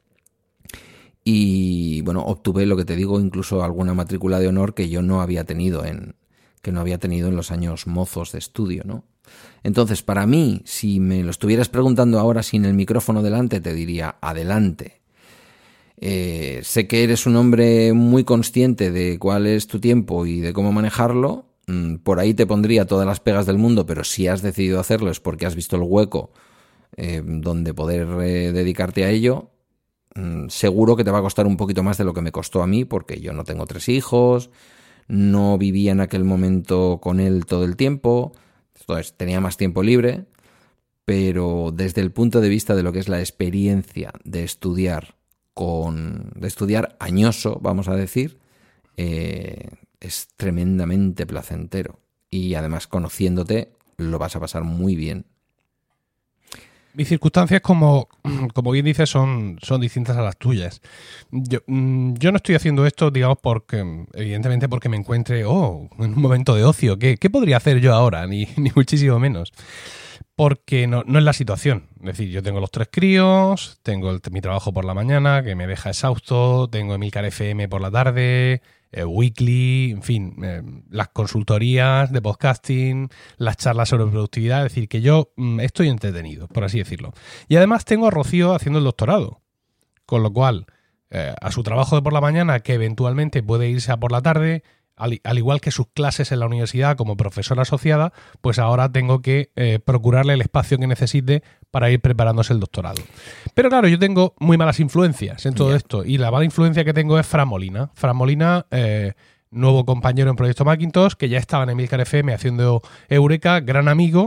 Y bueno, obtuve, lo que te digo, incluso alguna matrícula de honor que yo no había tenido en, que no había tenido en los años mozos de estudio, ¿no? Entonces, para mí, si me lo estuvieras preguntando ahora sin el micrófono delante, te diría, adelante. Eh, sé que eres un hombre muy consciente de cuál es tu tiempo y de cómo manejarlo. Mm, por ahí te pondría todas las pegas del mundo, pero si has decidido hacerlo es porque has visto el hueco eh, donde poder eh, dedicarte a ello. Mm, seguro que te va a costar un poquito más de lo que me costó a mí, porque yo no tengo tres hijos, no vivía en aquel momento con él todo el tiempo, entonces tenía más tiempo libre, pero desde el punto de vista de lo que es la experiencia de estudiar con de estudiar añoso, vamos a decir, eh, es tremendamente placentero, y además conociéndote lo vas a pasar muy bien. Mis circunstancias, como, como bien dices, son, son distintas a las tuyas. Yo, yo no estoy haciendo esto, digamos, porque evidentemente porque me encuentre oh, en un momento de ocio. ¿Qué, qué podría hacer yo ahora? Ni, ni muchísimo menos. Porque no, no es la situación. Es decir, yo tengo los tres críos, tengo el, mi trabajo por la mañana, que me deja exhausto, tengo Emilcar F M por la tarde, eh, Weekly, en fin, eh, las consultorías de podcasting, las charlas sobre productividad. Es decir, que yo mm, estoy entretenido, por así decirlo. Y además tengo a Rocío haciendo el doctorado. Con lo cual, eh, a su trabajo de por la mañana, que eventualmente puede irse a por la tarde, Al, al igual que sus clases en la universidad como profesora asociada, pues ahora tengo que eh, procurarle el espacio que necesite para ir preparándose el doctorado. Pero claro, yo tengo muy malas influencias en todo yeah. esto, y la mala influencia que tengo es Fran Molina. Fran Molina, eh, nuevo compañero en Proyecto Macintosh, que ya estaba en Emilcar F M haciendo Eureka, gran amigo,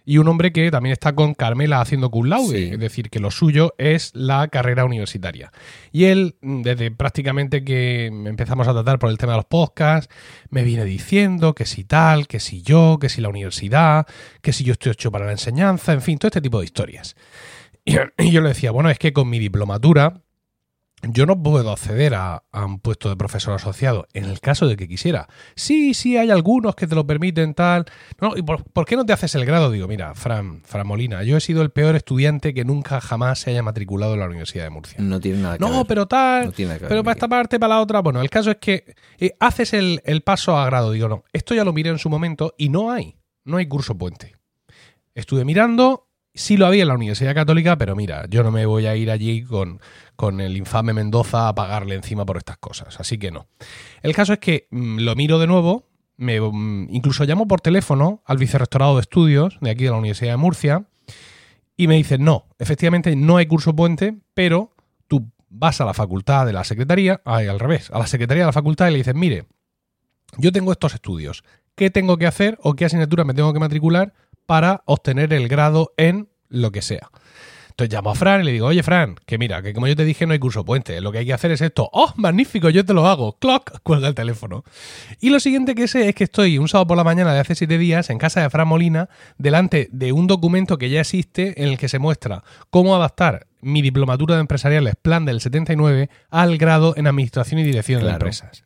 y un hombre que también está con Carmela haciendo cum laude, Sí. es decir, que lo suyo es la carrera universitaria. Y él, desde prácticamente que empezamos a tratar por el tema de los podcasts, me viene diciendo que si tal, que si yo, que si la universidad, que si yo estoy hecho para la enseñanza, en fin, todo este tipo de historias. Y yo le decía, bueno, es que con mi diplomatura yo no puedo acceder a, a un puesto de profesor asociado en el caso de que quisiera. Sí, sí, hay algunos que te lo permiten, tal. No, ¿y por, por qué no te haces el grado? Digo, mira, Fran, Fran Molina, yo he sido el peor estudiante que nunca jamás se haya matriculado en la Universidad de Murcia. No tiene nada que No, ver. pero tal, No tiene nada que ver, pero para Miguel. esta parte, para la otra. Bueno, el caso es que eh, haces el, el paso a grado. Digo, no, esto ya lo miré en su momento y no hay, no hay curso puente. Estuve mirando, sí lo había en la Universidad Católica, pero mira, yo no me voy a ir allí con, con el infame Mendoza a pagarle encima por estas cosas, así que no. El caso es que mmm, lo miro de nuevo, me, mmm, incluso llamo por teléfono al vicerrectorado de estudios de aquí de la Universidad de Murcia y me dicen, no, efectivamente no hay curso puente, pero tú vas a la facultad de la secretaría, ay, al revés, a la secretaría de la facultad y le dices, mire, yo tengo estos estudios, ¿qué tengo que hacer o qué asignatura me tengo que matricular para obtener el grado en lo que sea? Entonces llamo a Fran y le digo, oye Fran, que mira, que como yo te dije no hay curso puente, lo que hay que hacer es esto. ¡Oh, magnífico! Yo te lo hago. ¡Clock! Cuelga el teléfono. Y lo siguiente que sé es que estoy un sábado por la mañana de hace siete días en casa de Fran Molina delante de un documento que ya existe en el que se muestra cómo adaptar mi diplomatura de empresariales Plan del setenta y nueve al grado en Administración y Dirección Claro. de Empresas.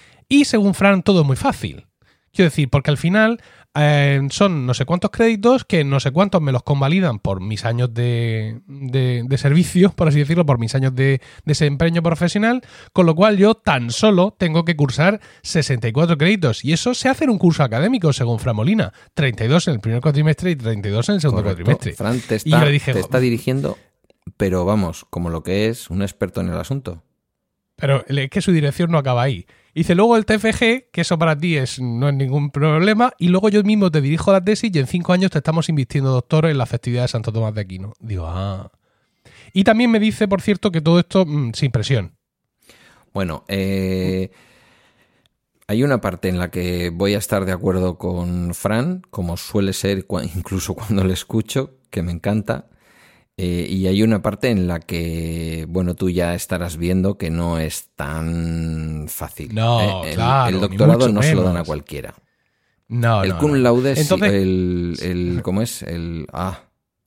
Y según Fran todo es muy fácil. Quiero decir, porque al final eh, son no sé cuántos créditos que no sé cuántos me los convalidan por mis años de, de, de servicio, por así decirlo, por mis años de desempeño profesional, con lo cual yo tan solo tengo que cursar sesenta y cuatro créditos. Y eso se hace en un curso académico, según Fran Molina. treinta y dos en el primer cuatrimestre y treinta y dos en el segundo Correcto. cuatrimestre. Fran te Y yo está, le dije, te "Jo- está dirigiendo, pero vamos, como lo que es un experto en el asunto. Pero es que su dirección no acaba ahí. Dice luego el T F G, que eso para ti es, no es ningún problema, y luego yo mismo te dirijo la tesis y en cinco años te estamos invirtiendo, doctor, en la festividad de Santo Tomás de Aquino. Digo, ah. Y también me dice, por cierto, que todo esto mmm, sin presión. Bueno, eh, hay una parte en la que voy a estar de acuerdo con Fran, como suele ser cua- incluso cuando le escucho, que me encanta. Eh, y hay una parte en la que, bueno, tú ya estarás viendo que no es tan fácil. No, ¿eh? El, claro, el ni doctorado mucho no se lo dan a menos. cualquiera. No, el no, cum no. laude, sí, Entonces, el, el, ¿cómo es? El, ah,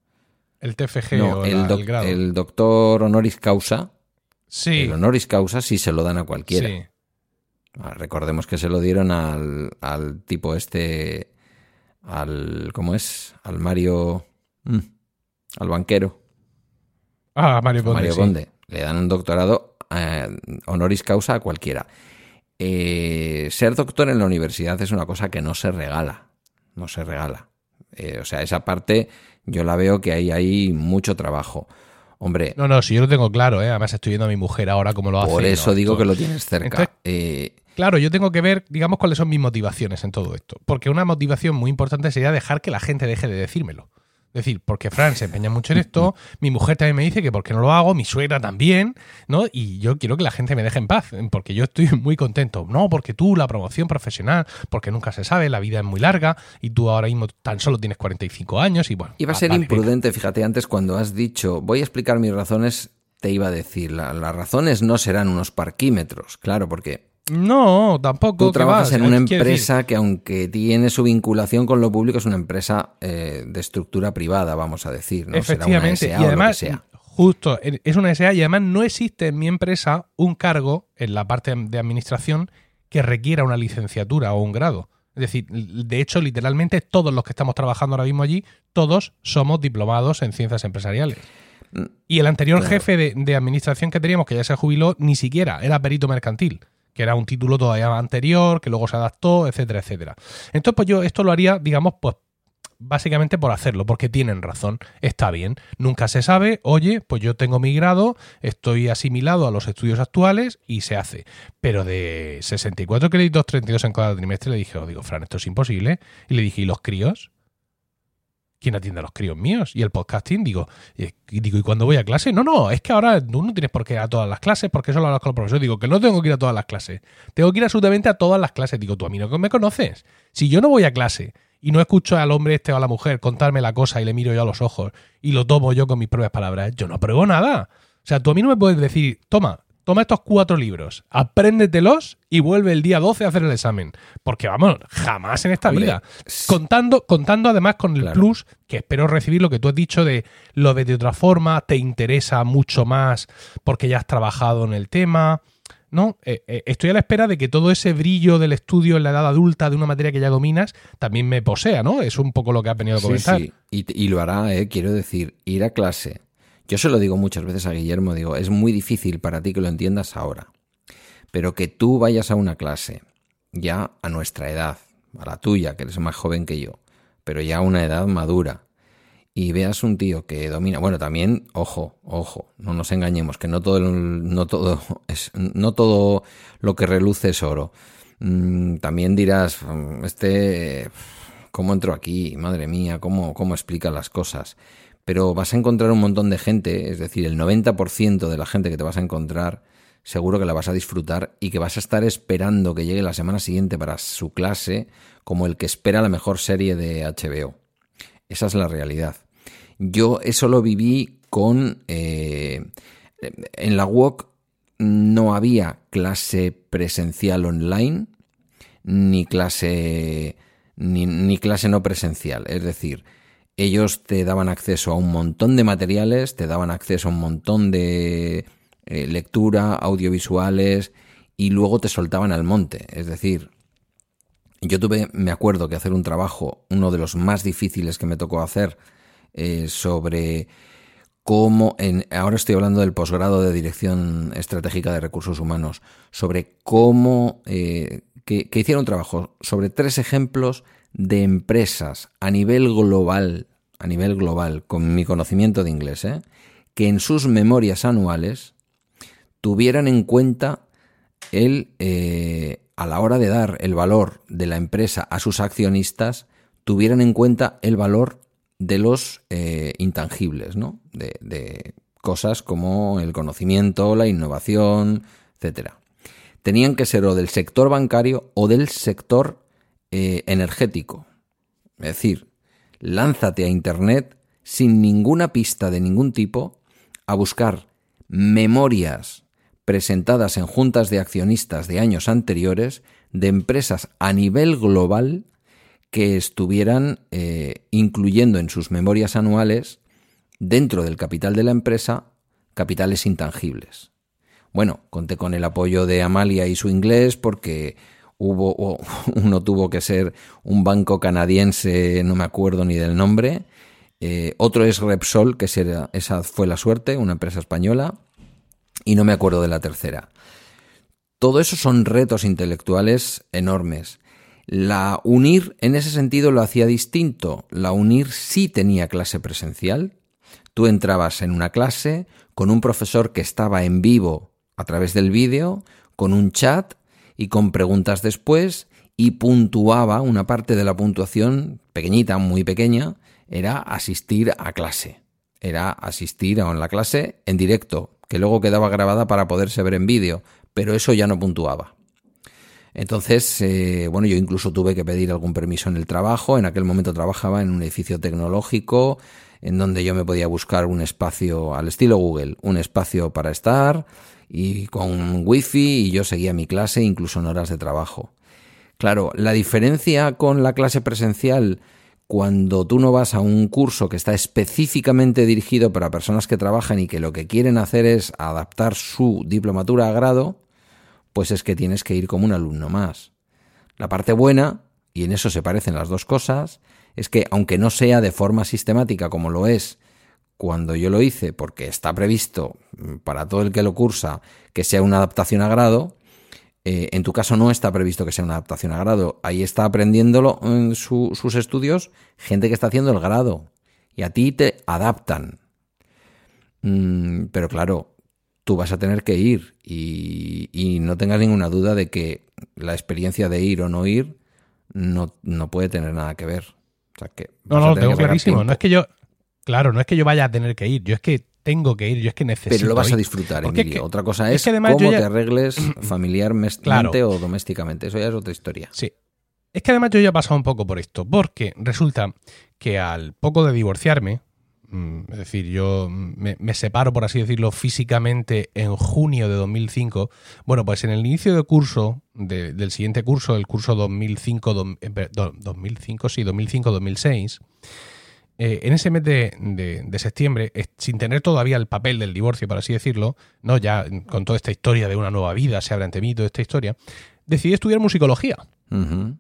el T F G no, o el, la- doc- el grado. el doctor honoris causa, sí, el honoris causa sí se lo dan a cualquiera. sí. Ah, recordemos que se lo dieron al, al tipo este, al, ¿cómo es? Al Mario, mm, al banquero, Ah, Mario a Conde, Mario sí. Conde. Le dan un doctorado eh, honoris causa a cualquiera. Eh, ser doctor en la universidad es una cosa que no se regala, no se regala. Eh, o sea, esa parte yo la veo que hay ahí mucho trabajo. Hombre, No, no, si yo lo tengo claro, ¿eh? Además estoy viendo a mi mujer ahora cómo lo hace. por y no, eso digo esto- que lo tienes cerca. Entonces, Eh, Claro, yo tengo que ver, digamos, cuáles son mis motivaciones en todo esto. Porque una motivación muy importante sería dejar que la gente deje de decírmelo. Es decir, porque Fran se empeña mucho en esto, mi mujer también me dice que por qué no lo hago, mi suegra también, ¿no? Y yo quiero que la gente me deje en paz, porque yo estoy muy contento. No, porque tú, la promoción profesional, porque nunca se sabe, la vida es muy larga y tú ahora mismo tan solo tienes cuarenta y cinco años y bueno. Iba a va- ser vale, imprudente, fíjate, antes cuando has dicho, voy a explicar mis razones, te iba a decir, la- las razones no serán unos parquímetros, claro, porque venga. No, tampoco. tú que trabajas va, en una quiero decir, empresa que aunque tiene su vinculación con lo público, es una empresa eh, de estructura privada, vamos a decir, ¿no? Efectivamente, Será y una S A o lo que además, sea. justo, es una S A y además no existe en mi empresa un cargo en la parte de administración que requiera una licenciatura o un grado. Es decir, de hecho, literalmente todos los que estamos trabajando ahora mismo allí, todos somos diplomados en ciencias empresariales. Y el anterior Claro. jefe de, de administración que teníamos, que ya se jubiló, ni siquiera era perito mercantil, que era un título todavía anterior, que luego se adaptó, etcétera, etcétera. Entonces, pues yo esto lo haría, digamos, pues básicamente por hacerlo, porque tienen razón, está bien, nunca se sabe, oye, pues yo tengo mi grado, estoy asimilado a los estudios actuales y se hace. Pero de sesenta y cuatro créditos, treinta y dos en cada trimestre, le dije, oh, digo, Fran, esto es imposible. Y le dije, ¿y los críos? ¿Quién atiende a los críos míos? Y el podcasting, digo, y digo, ¿y cuando voy a clase? No, no, es que ahora tú no tienes por qué ir a todas las clases, porque eso lo hablas con el profesor. Digo, que no tengo que ir a todas las clases. Tengo que ir absolutamente a todas las clases. Digo, tú a mí no me conoces. Si yo no voy a clase y no escucho al hombre este o a la mujer contarme la cosa y le miro yo a los ojos y lo tomo yo con mis propias palabras, yo no apruebo nada. O sea, tú a mí no me puedes decir, toma, toma estos cuatro libros, apréndetelos y vuelve el día doce a hacer el examen. Porque, vamos, jamás en esta Hombre, vida. Contando, contando además con el claro. plus, que espero recibir lo que tú has dicho de lo de de otra forma, te interesa mucho más porque ya has trabajado en el tema. No, eh, eh, estoy a la espera de que todo ese brillo del estudio en la edad adulta de una materia que ya dominas también me posea, ¿no? Es un poco lo que has venido a comentar. Sí, sí. Y, y lo hará, ¿eh? Quiero decir, ir a clase. Yo se lo digo muchas veces a Guillermo, digo, es muy difícil para ti que lo entiendas ahora, pero que tú vayas a una clase ya a nuestra edad, a la tuya, que eres más joven que yo, pero ya a una edad madura, y veas un tío que domina, bueno, también, ojo, ojo, no nos engañemos, que no todo, no todo, es, no todo lo que reluce es oro. Mm, también dirás, este, ¿cómo entró aquí? Madre mía, ¿cómo, cómo explica las cosas? Pero vas a encontrar un montón de gente, es decir, el noventa por ciento de la gente que te vas a encontrar, seguro que la vas a disfrutar y que vas a estar esperando que llegue la semana siguiente para su clase como el que espera la mejor serie de H B O. Esa es la realidad. Yo eso lo viví con... Eh, en la U O C no había clase presencial online ni clase, ni, ni clase no presencial, es decir... Ellos te daban acceso a un montón de materiales, te daban acceso a un montón de eh, lectura, audiovisuales y luego te soltaban al monte. Es decir, yo tuve, me acuerdo que hacer un trabajo, uno de los más difíciles que me tocó hacer, eh, sobre cómo, en, ahora estoy hablando del posgrado de Dirección Estratégica de Recursos Humanos, sobre cómo, eh, que, que hicieron un trabajo sobre tres ejemplos de empresas a nivel global, a nivel global, con mi conocimiento de inglés, ¿eh? que en sus memorias anuales tuvieran en cuenta el, eh, a la hora de dar el valor de la empresa a sus accionistas, tuvieran en cuenta el valor de los eh, intangibles, ¿no? De, de cosas como el conocimiento, la innovación, etcétera. Tenían que ser o del sector bancario o del sector Eh, energético. Es decir, lánzate a internet sin ninguna pista de ningún tipo a buscar memorias presentadas en juntas de accionistas de años anteriores de empresas a nivel global que estuvieran eh, incluyendo en sus memorias anuales, dentro del capital de la empresa, capitales intangibles. Bueno, conté con el apoyo de Amalia y su inglés porque Hubo, oh, uno tuvo que ser un banco canadiense, no me acuerdo ni del nombre. Eh, otro es Repsol, que será, esa fue la suerte, una empresa española. Y no me acuerdo de la tercera. Todo eso son retos intelectuales enormes. La UNIR, en ese sentido, lo hacía distinto. La UNIR sí tenía clase presencial. Tú entrabas en una clase con un profesor que estaba en vivo a través del vídeo, con un chat y con preguntas después, y puntuaba, una parte de la puntuación, pequeñita, muy pequeña, era asistir a clase. Era asistir a la clase en directo, que luego quedaba grabada para poderse ver en vídeo, pero eso ya no puntuaba. Entonces, eh, bueno, yo incluso tuve que pedir algún permiso en el trabajo. En aquel momento trabajaba en un edificio tecnológico, en donde yo me podía buscar un espacio al estilo Google, un espacio para estar y con wifi, y yo seguía mi clase incluso en horas de trabajo. Claro, la diferencia con la clase presencial, cuando tú no vas a un curso que está específicamente dirigido para personas que trabajan y que lo que quieren hacer es adaptar su diplomatura a grado, pues es que tienes que ir como un alumno más. La parte buena, y en eso se parecen las dos cosas, es que aunque no sea de forma sistemática como lo es cuando yo lo hice, porque está previsto para todo el que lo cursa que sea una adaptación a grado, eh, en tu caso no está previsto que sea una adaptación a grado. Ahí está aprendiéndolo en su, sus estudios gente que está haciendo el grado y a ti te adaptan. Mm, pero claro, tú vas a tener que ir y, y no tengas ninguna duda de que la experiencia de ir o no ir no, no puede tener nada que ver. O sea, que no, no, lo tengo clarísimo. No es que yo... Claro, no es que yo vaya a tener que ir, yo es que tengo que ir, yo es que necesito ir. Pero lo vas ir. a disfrutar, Emilio. Es que, Otra cosa es, es que además cómo ya... te arregles familiarmente claro. o domésticamente. Eso ya es otra historia. Sí. Es que además yo ya he pasado un poco por esto, porque resulta que al poco de divorciarme, es decir, yo me, me separo, por así decirlo, físicamente en junio de dos mil cinco. Bueno, pues en el inicio de curso, de, del siguiente curso, el curso dos mil cinco, do, do, dos mil cinco, sí, dos mil cinco dos mil seis, eh, en ese mes de, de, de septiembre, eh, sin tener todavía el papel del divorcio, por así decirlo, no ya con toda esta historia de una nueva vida, se abre ante mí toda esta historia, decidí estudiar musicología. Uh-huh.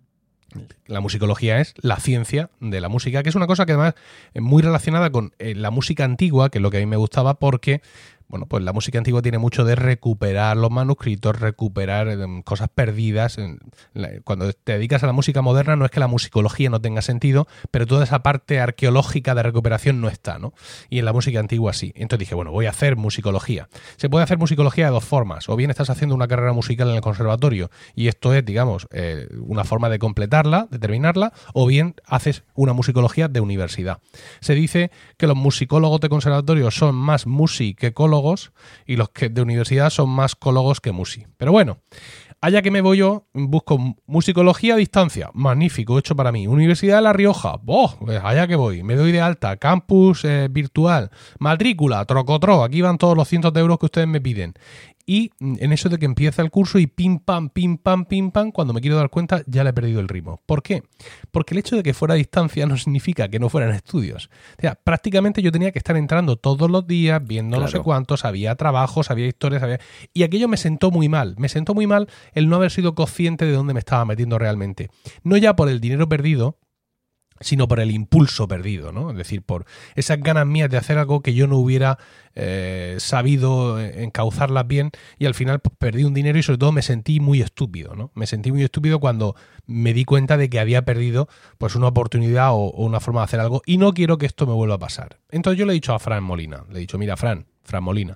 La musicología es la ciencia de la música, que es una cosa que además es muy relacionada con eh, la música antigua, que es lo que a mí me gustaba, porque bueno, pues la música antigua tiene mucho de recuperar los manuscritos, recuperar eh, cosas perdidas. Cuando te dedicas a la música moderna no es que la musicología no tenga sentido, pero toda esa parte arqueológica de recuperación no está, ¿no? Y en la música antigua sí. Entonces dije, bueno, voy a hacer musicología. Se puede hacer musicología de dos formas. O bien estás haciendo una carrera musical en el conservatorio y esto es, digamos, eh, una forma de completarla, de terminarla, o bien haces una musicología de universidad. Se dice que los musicólogos de conservatorio son más musicólogos y los que de universidad son más cólogos que musi. Pero bueno, allá que me voy yo, busco musicología a distancia, magnífico, hecho para mí. Universidad de La Rioja, ¡boh! Pues allá que voy, me doy de alta, campus eh, virtual, matrícula, trocotro, aquí van todos los cientos de euros que ustedes me piden. Y en eso de que empieza el curso y pim, pam, pim, pam, pim, pam, cuando me quiero dar cuenta ya le he perdido el ritmo. ¿Por qué? Porque el hecho de que fuera a distancia no significa que no fueran estudios. O sea, prácticamente yo tenía que estar entrando todos los días, viendo claro. No sé cuántos, había trabajos, había historias, había... Y aquello me sentó muy mal. Me sentó muy mal el no haber sido consciente de dónde me estaba metiendo realmente. No ya por el dinero perdido, sino por el impulso perdido, ¿no? Es decir, por esas ganas mías de hacer algo que yo no hubiera eh, sabido encauzarlas bien y al final pues, perdí un dinero y sobre todo me sentí muy estúpido, ¿no? Me sentí muy estúpido cuando me di cuenta de que había perdido pues una oportunidad o, o una forma de hacer algo y no quiero que esto me vuelva a pasar. Entonces yo le he dicho a Fran Molina, le he dicho, mira, Fran, Fran Molina,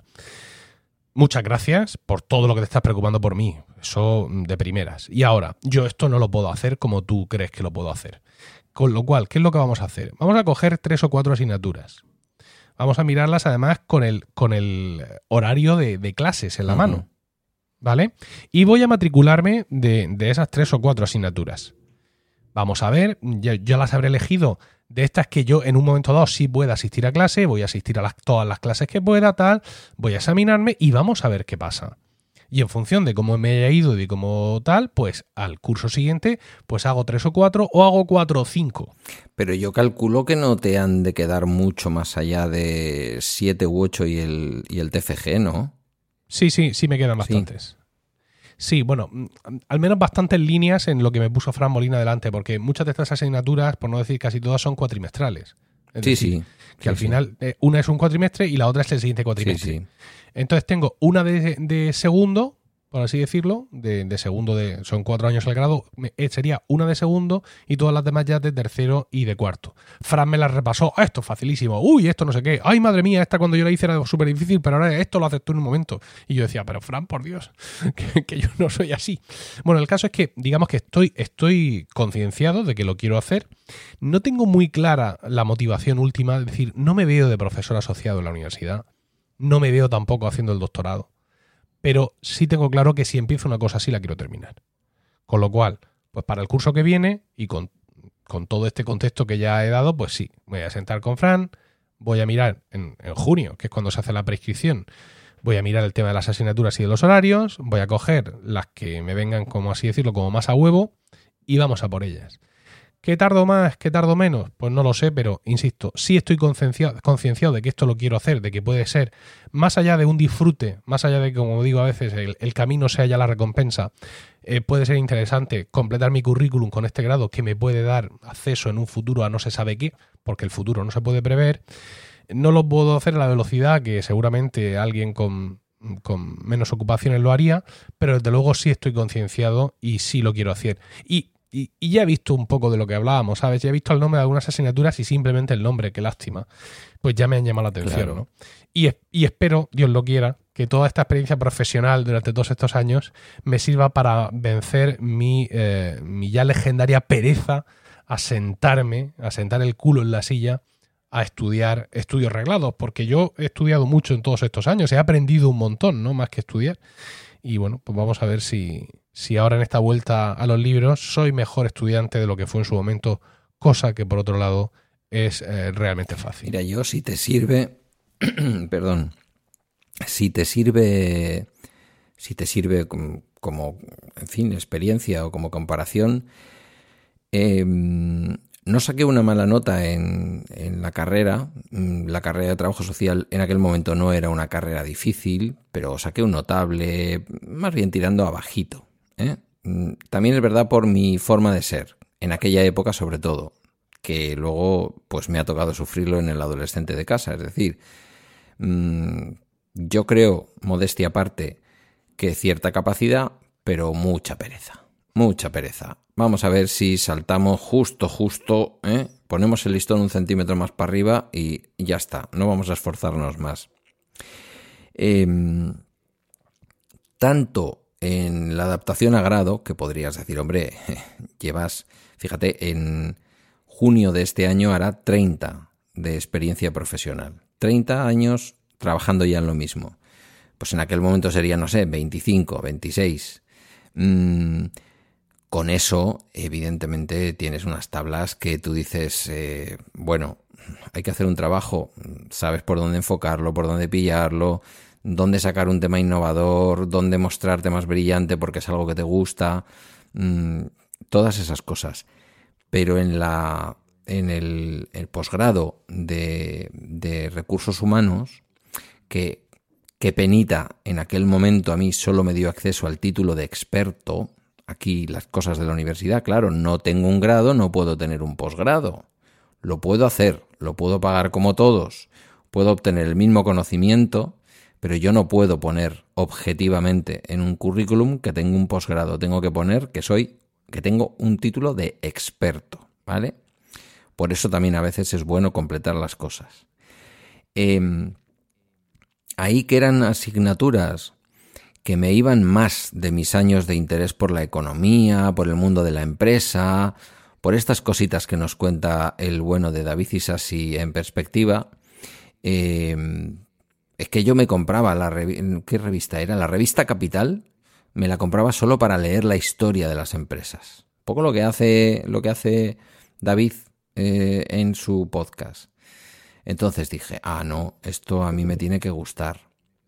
muchas gracias por todo lo que te estás preocupando por mí, eso de primeras. Y ahora, yo esto no lo puedo hacer como tú crees que lo puedo hacer. Con lo cual, ¿qué es lo que vamos a hacer? Vamos a coger tres o cuatro asignaturas. Vamos a mirarlas además con el, con el horario de, de clases en la uh-huh. mano. ¿Vale? Y voy a matricularme de, de esas tres o cuatro asignaturas. Vamos a ver, yo, yo las habré elegido de estas que yo en un momento dado sí pueda asistir a clase, voy a asistir a las, todas las clases que pueda, tal, voy a examinarme y vamos a ver qué pasa. Y en función de cómo me haya ido y cómo tal, pues al curso siguiente pues hago tres o cuatro o hago cuatro o cinco. Pero yo calculo que no te han de quedar mucho más allá de siete u ocho y el, y el T F G, ¿no? Sí, sí, sí me quedan bastantes. Sí. sí, bueno, al menos bastantes líneas en lo que me puso Fran Molina delante, porque muchas de estas asignaturas, por no decir casi todas, son cuatrimestrales. Es sí, decir, sí. Que sí, al final sí. eh, una es un cuatrimestre y la otra es el siguiente cuatrimestre. Sí, sí. Entonces tengo una de, de segundo, por así decirlo, de, de segundo, de son cuatro años el grado, me, eh, sería una de segundo y todas las demás ya de tercero y de cuarto. Fran me las repasó, ah, esto es facilísimo, uy, esto no sé qué, ay, madre mía, esta cuando yo la hice era súper difícil, pero ahora esto lo haces tú en un momento. Y yo decía, pero Fran, por Dios, que, que yo no soy así. Bueno, el caso es que, digamos que estoy, estoy concienciado de que lo quiero hacer. No tengo muy clara la motivación última, es decir, no me veo de profesor asociado en la universidad. No me veo tampoco haciendo el doctorado, pero sí tengo claro que si empiezo una cosa así la quiero terminar. Con lo cual, pues para el curso que viene y con, con todo este contexto que ya he dado, pues sí, me voy a sentar con Fran, voy a mirar en, en junio, que es cuando se hace la prescripción, voy a mirar el tema de las asignaturas y de los horarios, voy a coger las que me vengan, como así decirlo, como más a huevo y vamos a por ellas. ¿Qué tardo más? ¿Qué tardo menos? Pues no lo sé, pero insisto, sí estoy concienciado, concienciado de que esto lo quiero hacer, de que puede ser, más allá de un disfrute, más allá de que, como digo a veces, el, el camino sea ya la recompensa, eh, puede ser interesante completar mi currículum con este grado que me puede dar acceso en un futuro a no se sabe qué, porque el futuro no se puede prever. No lo puedo hacer a la velocidad que seguramente alguien con... con menos ocupaciones lo haría, pero desde luego sí estoy concienciado y sí lo quiero hacer. Y Y, y ya he visto un poco de lo que hablábamos, ¿sabes? Ya he visto el nombre de algunas asignaturas y simplemente el nombre, qué lástima, pues ya me han llamado la atención, claro. ¿no? Y, y espero, Dios lo quiera, que toda esta experiencia profesional durante todos estos años me sirva para vencer mi, eh, mi ya legendaria pereza a sentarme, a sentar el culo en la silla a estudiar estudios reglados, porque yo he estudiado mucho en todos estos años, he aprendido un montón, ¿no? Más que estudiar. Y bueno, pues vamos a ver si, si ahora en esta vuelta a los libros soy mejor estudiante de lo que fue en su momento, cosa que por otro lado es eh, realmente fácil. Mira, yo si te sirve, perdón, si te sirve, si te sirve como, como, en fin, experiencia o como comparación, eh, no saqué una mala nota en, en la carrera. La carrera de trabajo social en aquel momento no era una carrera difícil, pero saqué un notable, más bien tirando a bajito, ¿eh? También es verdad por mi forma de ser, en aquella época sobre todo, que luego pues me ha tocado sufrirlo en el adolescente de casa. Es decir, mmm, yo creo, modestia aparte, que cierta capacidad, pero mucha pereza. Mucha pereza. Vamos a ver si saltamos justo, justo, ¿eh? Ponemos el listón un centímetro más para arriba y ya está. No vamos a esforzarnos más. Eh, tanto en la adaptación a grado, que podrías decir, hombre, llevas, fíjate, en junio de este año hará treinta de experiencia profesional. treinta años trabajando ya en lo mismo. Pues en aquel momento sería, no sé, veinticinco, veintiséis. Mmm... Con eso, evidentemente, tienes unas tablas que tú dices, eh, bueno, hay que hacer un trabajo, sabes por dónde enfocarlo, por dónde pillarlo, dónde sacar un tema innovador, dónde mostrarte más brillante porque es algo que te gusta, mmm, todas esas cosas. Pero en la en el, el posgrado de, de recursos humanos, que, que penita en aquel momento a mí solo me dio acceso al título de experto. Aquí las cosas de la universidad, claro, no tengo un grado, no puedo tener un posgrado. Lo puedo hacer, lo puedo pagar como todos, puedo obtener el mismo conocimiento, pero yo no puedo poner objetivamente en un currículum que tengo un posgrado. Tengo que poner que soy, que tengo un título de experto, ¿vale? Por eso también a veces es bueno completar las cosas. Eh, ahí que eran asignaturas que me iban más de mis años de interés por la economía, por el mundo de la empresa, por estas cositas que nos cuenta el bueno de David Isasi en Perspectiva. Eh, es que yo me compraba la revi- ¿qué revista era? La revista Capital, me la compraba solo para leer la historia de las empresas. Un poco lo que hace, lo que hace David eh, en su podcast. Entonces dije, ah, no, esto a mí me tiene que gustar.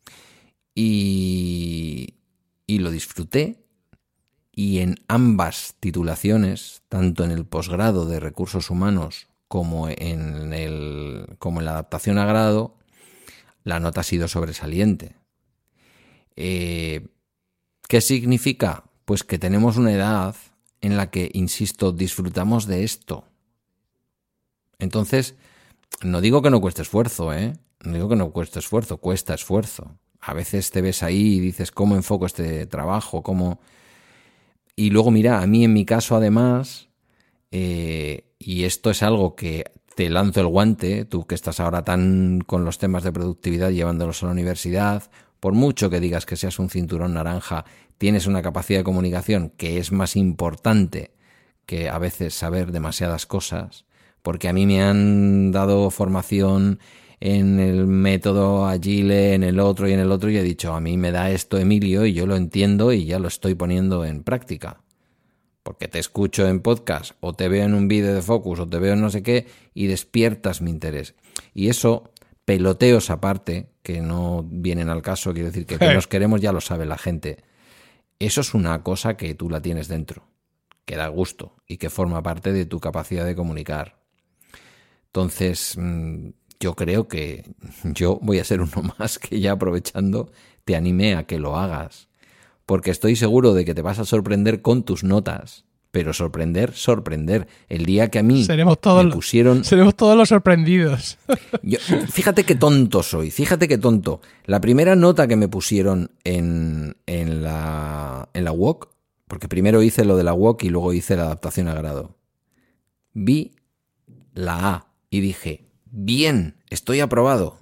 Y, y lo disfruté, y en ambas titulaciones, tanto en el posgrado de recursos humanos como en, el, como en la adaptación a grado, la nota ha sido sobresaliente. Eh, ¿Qué significa? Pues que tenemos una edad en la que, insisto, disfrutamos de esto. Entonces, no digo que no cueste esfuerzo, ¿eh? No digo que no cueste esfuerzo, cuesta esfuerzo. A veces te ves ahí y dices, ¿cómo enfoco este trabajo? ¿Cómo? Y luego, mira, a mí en mi caso, además, eh, y esto es algo que te lanzo el guante, tú que estás ahora tan con los temas de productividad llevándolos a la universidad, por mucho que digas que seas un cinturón naranja, tienes una capacidad de comunicación que es más importante que a veces saber demasiadas cosas, porque a mí me han dado formación en el método Agile, en el otro y en el otro, y he dicho, a mí me da esto Emilio y yo lo entiendo y ya lo estoy poniendo en práctica. Porque te escucho en podcast o te veo en un vídeo de Focus o te veo en no sé qué y despiertas mi interés. Y eso, peloteos aparte, que no vienen al caso, quiero decir que, que nos queremos ya lo sabe la gente. Eso es una cosa que tú la tienes dentro, que da gusto y que forma parte de tu capacidad de comunicar. Entonces, yo creo que yo voy a ser uno más que ya aprovechando te anime a que lo hagas. Porque estoy seguro de que te vas a sorprender con tus notas. Pero sorprender, sorprender. El día que a mí seremos todos, me pusieron... Seremos todos los sorprendidos. Yo, fíjate qué tonto soy, fíjate qué tonto. La primera nota que me pusieron en, en la en la U O C, porque primero hice lo de la U O C y luego hice la adaptación a grado, vi la A y dije, bien, estoy aprobado.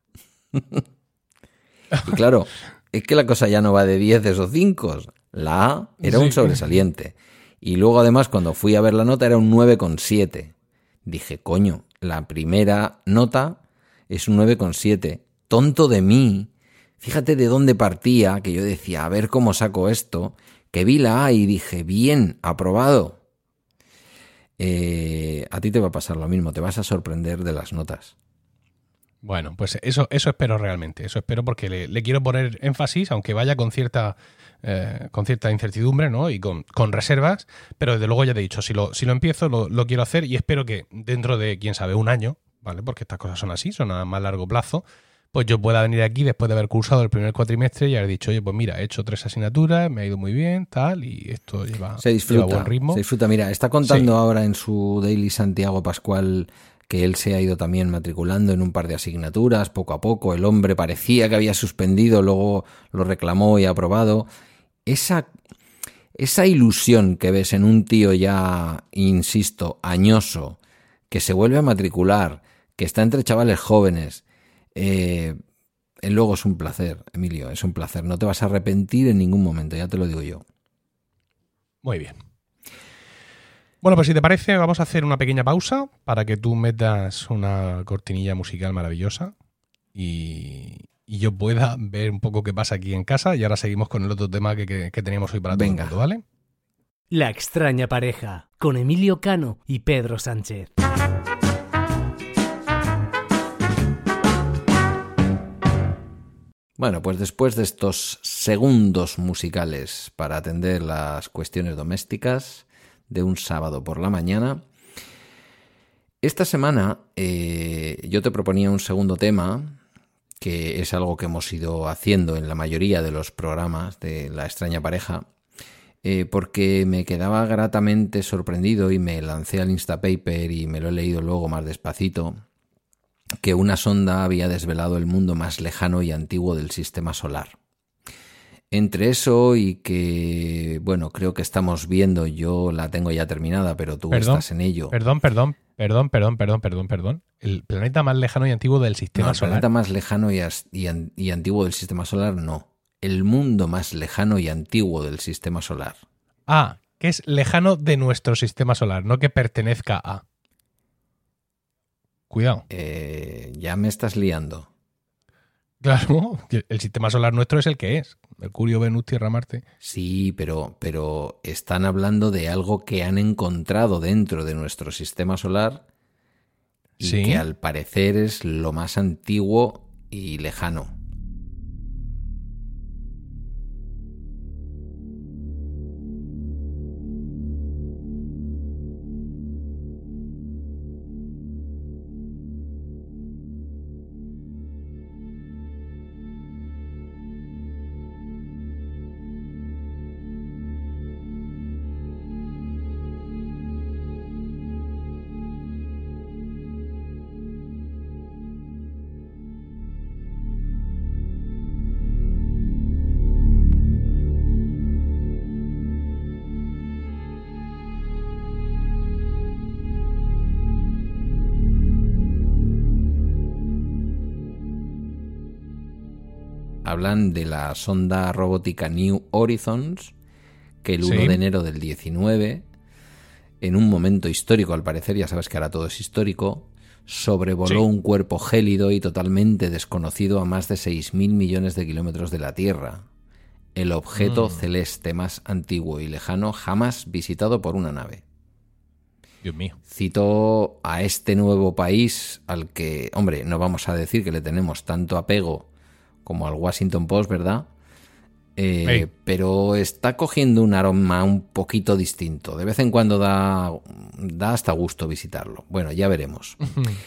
Y claro, es que la cosa ya no va de dieces o cinco. La A era sí. un sobresaliente. Y luego además cuando fui a ver la nota era un nueve coma siete. Dije, coño, la primera nota es un nueve coma siete. Tonto de mí. Fíjate de dónde partía, que yo decía, a ver cómo saco esto, que vi la A y dije, bien, aprobado. Eh, a ti te va a pasar lo mismo, te vas a sorprender de las notas. Bueno, pues eso, eso espero realmente, eso espero porque le, le quiero poner énfasis, aunque vaya con cierta, eh, con cierta incertidumbre, ¿no? Y con, con reservas, pero desde luego ya te he dicho, si lo, si lo empiezo lo, lo quiero hacer y espero que dentro de, quién sabe, un año, ¿vale? Porque estas cosas son así, son a más largo plazo, pues yo pueda venir aquí después de haber cursado el primer cuatrimestre y haber dicho, oye, pues mira, he hecho tres asignaturas, me ha ido muy bien, tal, y esto lleva, se disfruta, lleva buen ritmo. Se disfruta, mira, está contando Sí. ahora en su Daily Santiago Pascual que él se ha ido también matriculando en un par de asignaturas, poco a poco. El hombre parecía que había suspendido, luego lo reclamó y ha aprobado. Esa, esa ilusión que ves en un tío ya, insisto, añoso, que se vuelve a matricular, que está entre chavales jóvenes, eh, luego es un placer, Emilio, es un placer. No te vas a arrepentir en ningún momento, ya te lo digo yo. Muy bien. Bueno, pues si te parece, vamos a hacer una pequeña pausa para que tú metas una cortinilla musical maravillosa y, y yo pueda ver un poco qué pasa aquí en casa y ahora seguimos con el otro tema que, que, que teníamos hoy para todo el mundo, ¿vale? La extraña pareja, con Emilio Cano y Pedro Sánchez. Bueno, pues después de estos segundos musicales para atender las cuestiones domésticas de un sábado por la mañana, esta semana eh, yo te proponía un segundo tema, que es algo que hemos ido haciendo en la mayoría de los programas de La extraña pareja, eh, porque me quedaba gratamente sorprendido y me lancé al Instapaper y me lo he leído luego más despacito, que una sonda había desvelado el mundo más lejano y antiguo del sistema solar. Entre eso y que, bueno, creo que estamos viendo, yo la tengo ya terminada, pero tú perdón, estás en ello. Perdón, perdón, perdón, perdón, perdón, perdón, perdón. El planeta más lejano y antiguo del sistema no, el solar. El planeta más lejano y, as, y, an, y antiguo del sistema solar, no. El mundo más lejano y antiguo del sistema solar. Ah, que es lejano de nuestro sistema solar, no que pertenezca a. Cuidado. Eh, ya me estás liando. Claro, el sistema solar nuestro es el que es. Mercurio, Venus, Tierra, Marte. Sí, pero, pero están hablando de algo que han encontrado dentro de nuestro sistema solar y ¿Sí? que al parecer es lo más antiguo y lejano. Hablan de la sonda robótica New Horizons, que el uno Sí. de enero del diecinueve, en un momento histórico, al parecer, ya sabes que ahora todo es histórico, sobrevoló Sí. un cuerpo gélido y totalmente desconocido a más de seis mil millones de kilómetros de la Tierra. El objeto Mm. celeste más antiguo y lejano jamás visitado por una nave. Dios mío. Citó a este nuevo país al que, hombre, no vamos a decir que le tenemos tanto apego como al Washington Post, ¿verdad? Eh, Hey. pero está cogiendo un aroma un poquito distinto. De vez en cuando da, da hasta gusto visitarlo. Bueno, ya veremos.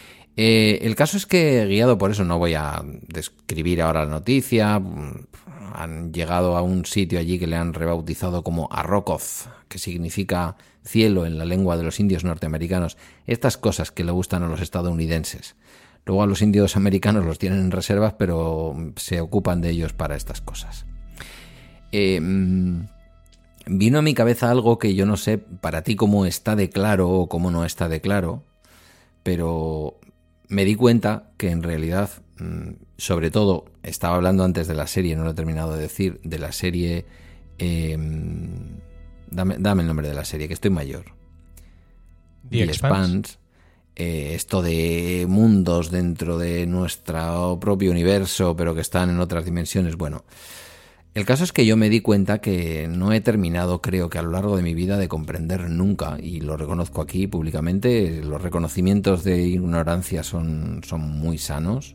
Eh, el caso es que, guiado por eso, no voy a describir ahora la noticia. Han llegado a un sitio allí que le han rebautizado como Arrokoth, que significa cielo en la lengua de los indios norteamericanos. Estas cosas que le gustan a los estadounidenses. Luego a los indios americanos los tienen en reservas, pero se ocupan de ellos para estas cosas. Eh, vino a mi cabeza algo que yo no sé para ti cómo está de claro o cómo no está de claro, pero me di cuenta que en realidad, sobre todo, estaba hablando antes de la serie, no lo he terminado de decir, de la serie... Eh, dame, dame el nombre de la serie, que estoy mayor. The, The Expanse. Expanse. eh, esto de mundos dentro de nuestro propio universo, pero que están en otras dimensiones. Bueno, el caso es que yo me di cuenta que no he terminado, creo que a lo largo de mi vida, de comprender nunca, y lo reconozco aquí públicamente, los reconocimientos de ignorancia son, son muy sanos,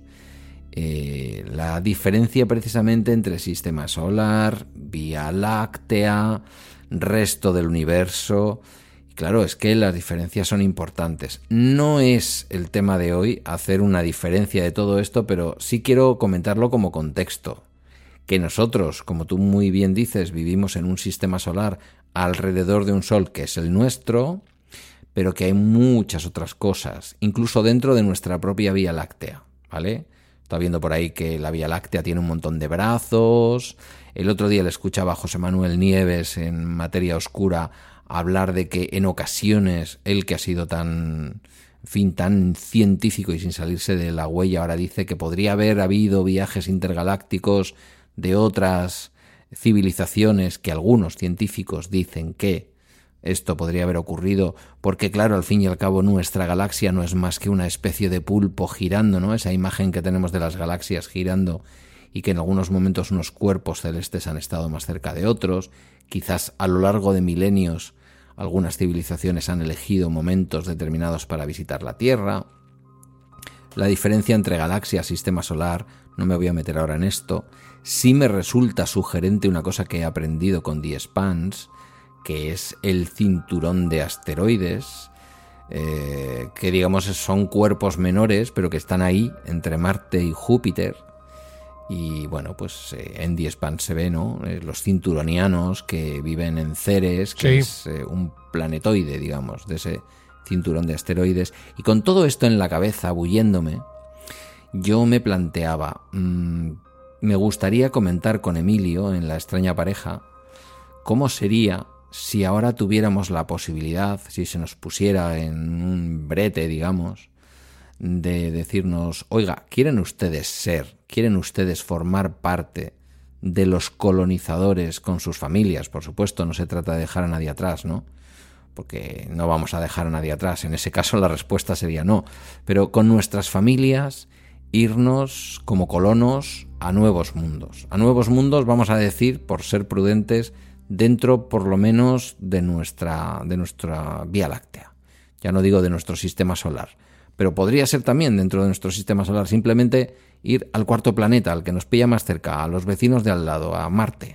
eh, la diferencia precisamente entre sistema solar, Vía Láctea, resto del universo. Claro, es que las diferencias son importantes. No es el tema de hoy hacer una diferencia de todo esto, pero sí quiero comentarlo como contexto. Que nosotros, como tú muy bien dices, vivimos en un sistema solar alrededor de un sol que es el nuestro, pero que hay muchas otras cosas, incluso dentro de nuestra propia Vía Láctea, ¿vale? Está viendo por ahí que la Vía Láctea tiene un montón de brazos. El otro día le escuchaba a José Manuel Nieves en Materia Oscura hablar de que en ocasiones él, que ha sido tan, en fin, tan científico y sin salirse de la huella, ahora dice que podría haber habido viajes intergalácticos de otras civilizaciones, que algunos científicos dicen que esto podría haber ocurrido porque, claro, al fin y al cabo nuestra galaxia no es más que una especie de pulpo girando, ¿no? Esa imagen que tenemos de las galaxias girando y que en algunos momentos unos cuerpos celestes han estado más cerca de otros. Quizás a lo largo de milenios algunas civilizaciones han elegido momentos determinados para visitar la Tierra. La diferencia entre galaxia y sistema solar, no me voy a meter ahora en esto. Sí me resulta sugerente una cosa que he aprendido con The Expanse, que es el cinturón de asteroides, eh, que digamos son cuerpos menores, pero que están ahí entre Marte y Júpiter. Y bueno, pues eh, en The Expanse se ve, ¿no? Eh, los cinturonianos que viven en Ceres, que sí. es eh, un planetoide, digamos, de ese cinturón de asteroides. Y con todo esto en la cabeza, bulléndome, yo me planteaba, mmm, me gustaría comentar con Emilio en La extraña pareja cómo sería si ahora tuviéramos la posibilidad, si se nos pusiera en un brete, digamos, de decirnos, oiga, ¿quieren ustedes ser, quieren ustedes formar parte de los colonizadores con sus familias? Por supuesto, no se trata de dejar a nadie atrás, ¿no? Porque no vamos a dejar a nadie atrás. En ese caso la respuesta sería no. Pero con nuestras familias, irnos como colonos a nuevos mundos. A nuevos mundos, vamos a decir, por ser prudentes, dentro por lo menos de nuestra, de nuestra Vía Láctea. Ya no digo de nuestro sistema solar. Pero podría ser también dentro de nuestro sistema solar, simplemente ir al cuarto planeta, al que nos pilla más cerca, a los vecinos de al lado, a Marte.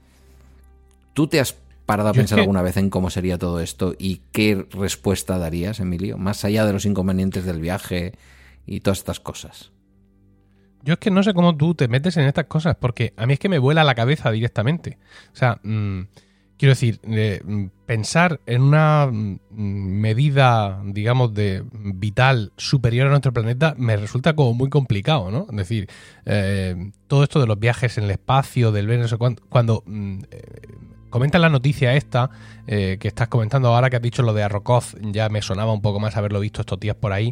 ¿Tú te has parado a Yo pensar es que... alguna vez en cómo sería todo esto y qué respuesta darías, Emilio? Más allá de los inconvenientes del viaje y todas estas cosas. Yo es que no sé cómo tú te metes en estas cosas, porque a mí es que me vuela la cabeza directamente. O sea, mmm, quiero decir, eh, pensar en una medida, digamos, de vital superior a nuestro planeta me resulta como muy complicado, ¿no? Es decir, eh, todo esto de los viajes en el espacio, del ver, no sé cuándo, cuando mm, eh, comentan la noticia esta eh, que estás comentando ahora, que has dicho lo de Arrokoth, ya me sonaba un poco más haberlo visto estos días por ahí.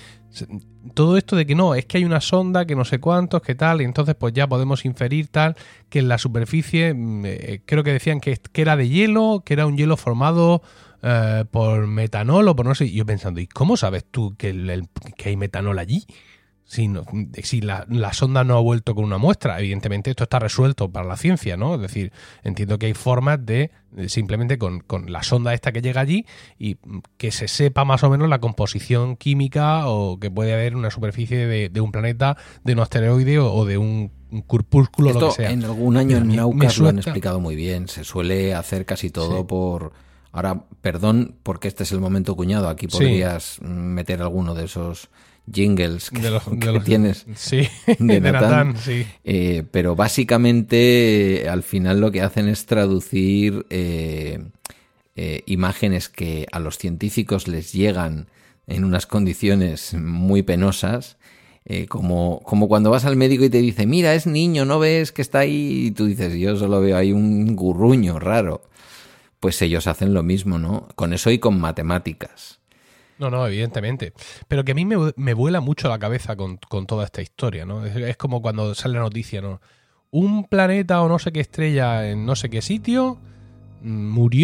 Todo esto de que no, es que hay una sonda que no sé cuántos, que tal, y entonces pues ya podemos inferir tal, que en la superficie eh, creo que decían que, que era de hielo, que era un hielo formado eh, por metanol o por no sé, y yo pensando, ¿y cómo sabes tú que, el, el, que hay metanol allí? Si, no, si la, la sonda no ha vuelto con una muestra, evidentemente esto está resuelto para la ciencia, ¿no? Es decir, entiendo que hay formas de, de simplemente con, con la sonda esta que llega allí y que se sepa más o menos la composición química o que puede haber una superficie de, de un planeta, de un asteroide o, o de un, un corpúsculo, esto lo que sea. En algún año en Naucas lo han explicado muy bien. Se suele hacer casi todo sí. por... Ahora, perdón, porque este es el momento cuñado. Aquí podrías sí. meter alguno de esos... jingles que, de los, que de los, tienes sí, de, de Natán, Natán sí. eh, pero básicamente eh, al final lo que hacen es traducir eh, eh, imágenes que a los científicos les llegan en unas condiciones muy penosas, eh, como, como cuando vas al médico y te dice, mira, es niño, ¿no ves que está ahí? Y tú dices, yo solo veo ahí un gurruño raro. Pues ellos hacen lo mismo, ¿no? Con eso y con matemáticas. No, no, evidentemente. Pero que a mí me, me vuela mucho la cabeza con, con toda esta historia, ¿no? Es, es como cuando sale la noticia, ¿no? Un planeta o no sé qué estrella en no sé qué sitio murió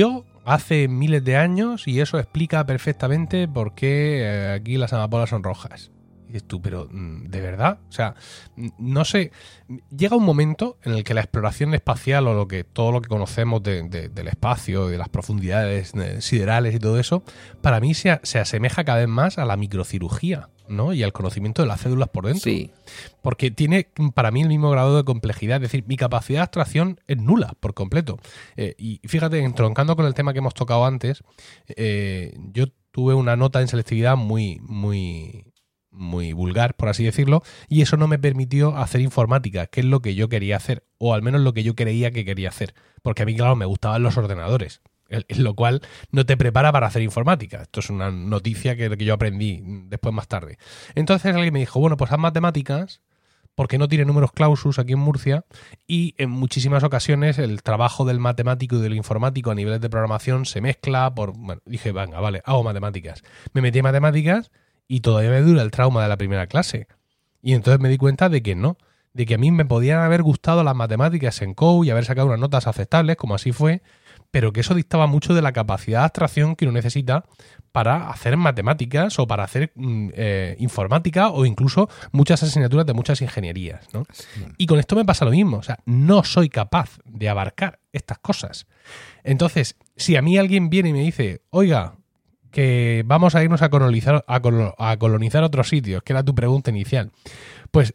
hace miles de años y eso explica perfectamente por qué eh, aquí las amapolas son rojas. Y dices tú, pero ¿de verdad? O sea, no sé. Llega un momento en el que la exploración espacial o lo que todo lo que conocemos de, de, del espacio, de las profundidades de, siderales y todo eso, para mí se, se asemeja cada vez más a la microcirugía, ¿no? Y al conocimiento de las células por dentro. Sí. Porque tiene para mí el mismo grado de complejidad. Es decir, mi capacidad de abstracción es nula por completo. Eh, y fíjate, entroncando con el tema que hemos tocado antes, eh, yo tuve una nota en selectividad muy, muy... muy vulgar, por así decirlo, y eso no me permitió hacer informática, que es lo que yo quería hacer, o al menos lo que yo creía que quería hacer, porque a mí, claro, me gustaban los ordenadores, lo cual no te prepara para hacer informática. Esto es una noticia que, que yo aprendí después más tarde. Entonces alguien me dijo, bueno, pues haz matemáticas, porque no tiene números clausus aquí en Murcia, y en muchísimas ocasiones el trabajo del matemático y del informático a niveles de programación se mezcla por... Bueno, dije, venga, vale, hago matemáticas. Me metí en matemáticas y todavía me dura el trauma de la primera clase. Y entonces me di cuenta de que no, de que a mí me podían haber gustado las matemáticas en C O U y haber sacado unas notas aceptables, como así fue, pero que eso dictaba mucho de la capacidad de abstracción que uno necesita para hacer matemáticas o para hacer eh, informática o incluso muchas asignaturas de muchas ingenierías, ¿no? Sí. Y con esto me pasa lo mismo, o sea, no soy capaz de abarcar estas cosas. Entonces, si a mí alguien viene y me dice, oiga, que vamos a irnos a colonizar, a, col- a colonizar otros sitios, que era tu pregunta inicial, pues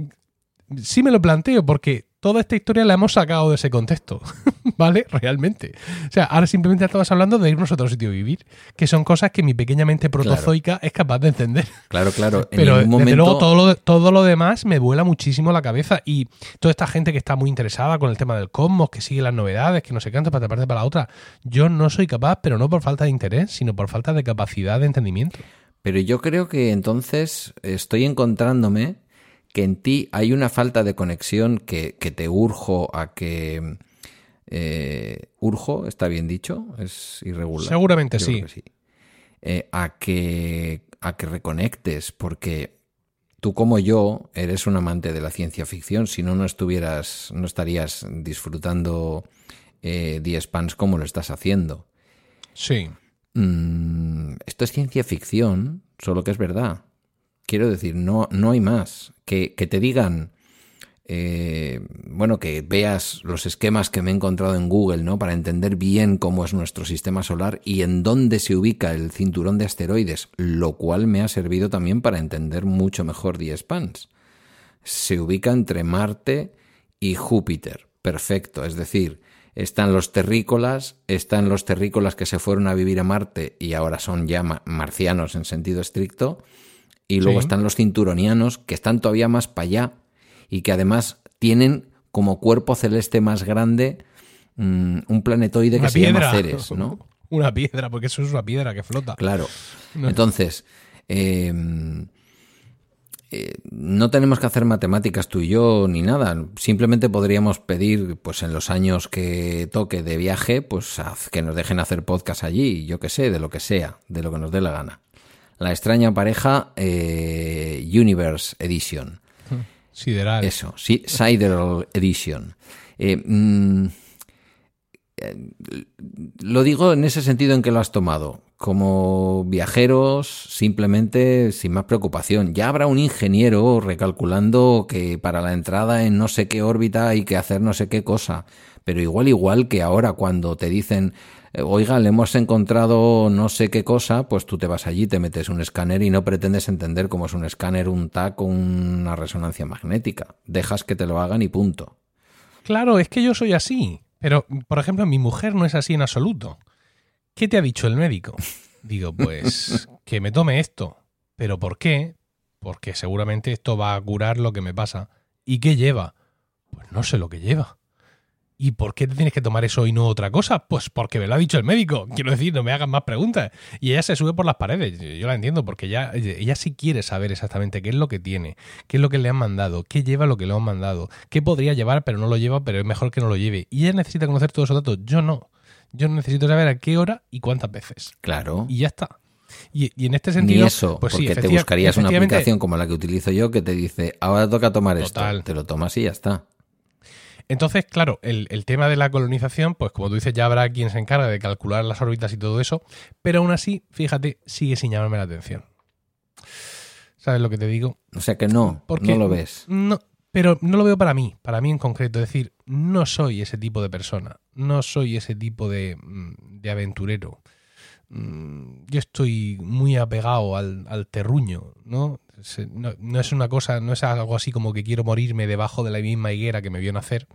sí me lo planteo, porque toda esta historia la hemos sacado de ese contexto, ¿vale? Realmente. O sea, ahora simplemente estamos hablando de irnos a otro sitio a vivir, que son cosas que mi pequeña mente protozoica claro. es capaz de entender. Claro, claro. En Pero ningún momento... desde luego todo lo, todo lo demás me vuela muchísimo la cabeza, y toda esta gente que está muy interesada con el tema del cosmos, que sigue las novedades, que no sé qué, para parte para la otra, yo no soy capaz, pero no por falta de interés, sino por falta de capacidad de entendimiento. Pero yo creo que entonces estoy encontrándome que en ti hay una falta de conexión que, que te urjo a que... Eh, urjo, ¿está bien dicho? Es irregular. Seguramente yo sí. Creo que sí. Eh, a, que, a que reconectes, porque tú como yo eres un amante de la ciencia ficción, si no, no estuvieras, no estarías disfrutando eh, The Expanse como lo estás haciendo. Sí. Mm, esto es ciencia ficción, solo que es verdad. Quiero decir, no, no hay más. Que, que te digan, eh, bueno, que veas los esquemas que me he encontrado en Google, ¿no? Para entender bien cómo es nuestro sistema solar y en dónde se ubica el cinturón de asteroides, lo cual me ha servido también para entender mucho mejor The Expanse. Se ubica entre Marte y Júpiter. Perfecto. Es decir, están los terrícolas, están los terrícolas que se fueron a vivir a Marte y ahora son ya ma- marcianos en sentido estricto. Y luego sí. están los cinturonianos, que están todavía más para allá y que además tienen como cuerpo celeste más grande mmm, un planetoide una que piedra. se llama Ceres, ¿no? Una piedra, porque eso es una piedra que flota. Claro. No. Entonces, eh, eh, no tenemos que hacer matemáticas tú y yo ni nada. Simplemente podríamos pedir, pues en los años que toque de viaje, pues que nos dejen hacer podcast allí, yo qué sé, de lo que sea, de lo que nos dé la gana. La extraña pareja eh, Universe Edition. Sideral. Eso, sí, Sideral Edition. Eh, mm, eh, lo digo en ese sentido en que lo has tomado. Como viajeros, simplemente sin más preocupación. Ya habrá un ingeniero recalculando que para la entrada en no sé qué órbita hay que hacer no sé qué cosa. Pero igual, igual que ahora cuando te dicen... Oiga, le hemos encontrado no sé qué cosa, pues tú te vas allí, te metes un escáner y no pretendes entender cómo es un escáner, un T A C o una resonancia magnética. Dejas que te lo hagan y punto. Claro, es que yo soy así. Pero, por ejemplo, mi mujer no es así en absoluto. ¿Qué te ha dicho el médico? Digo, pues que me tome esto. ¿Pero por qué? Porque seguramente esto va a curar lo que me pasa. ¿Y qué lleva? Pues no sé lo que lleva. ¿Y por qué te tienes que tomar eso y no otra cosa? Pues porque me lo ha dicho el médico. Quiero decir, no me hagan más preguntas. Y ella se sube por las paredes. Yo la entiendo porque ella, ella sí quiere saber exactamente qué es lo que tiene, qué es lo que le han mandado, qué lleva lo que le han mandado, qué podría llevar pero no lo lleva, pero es mejor que no lo lleve. Y ella necesita conocer todos esos datos. Yo no. Yo necesito saber a qué hora y cuántas veces. Claro. Y ya está. Y, y en este sentido... Ni eso, pues porque sí, te buscarías una aplicación como la que utilizo yo que te dice, ahora toca tomar Total. esto. Te lo tomas y ya está. Entonces, claro, el, el tema de la colonización, pues como tú dices, ya habrá quien se encargue de calcular las órbitas y todo eso, pero aún así, fíjate, sigue sin llamarme la atención. ¿Sabes lo que te digo? O sea que no, Porque no lo ves. No, pero no lo veo para mí, para mí en concreto. Es decir, no soy ese tipo de persona, no soy ese tipo de, de aventurero. Yo estoy muy apegado al, al terruño, ¿no? ¿no? No es una cosa, no es algo así como que quiero morirme debajo de la misma higuera que me vio nacer.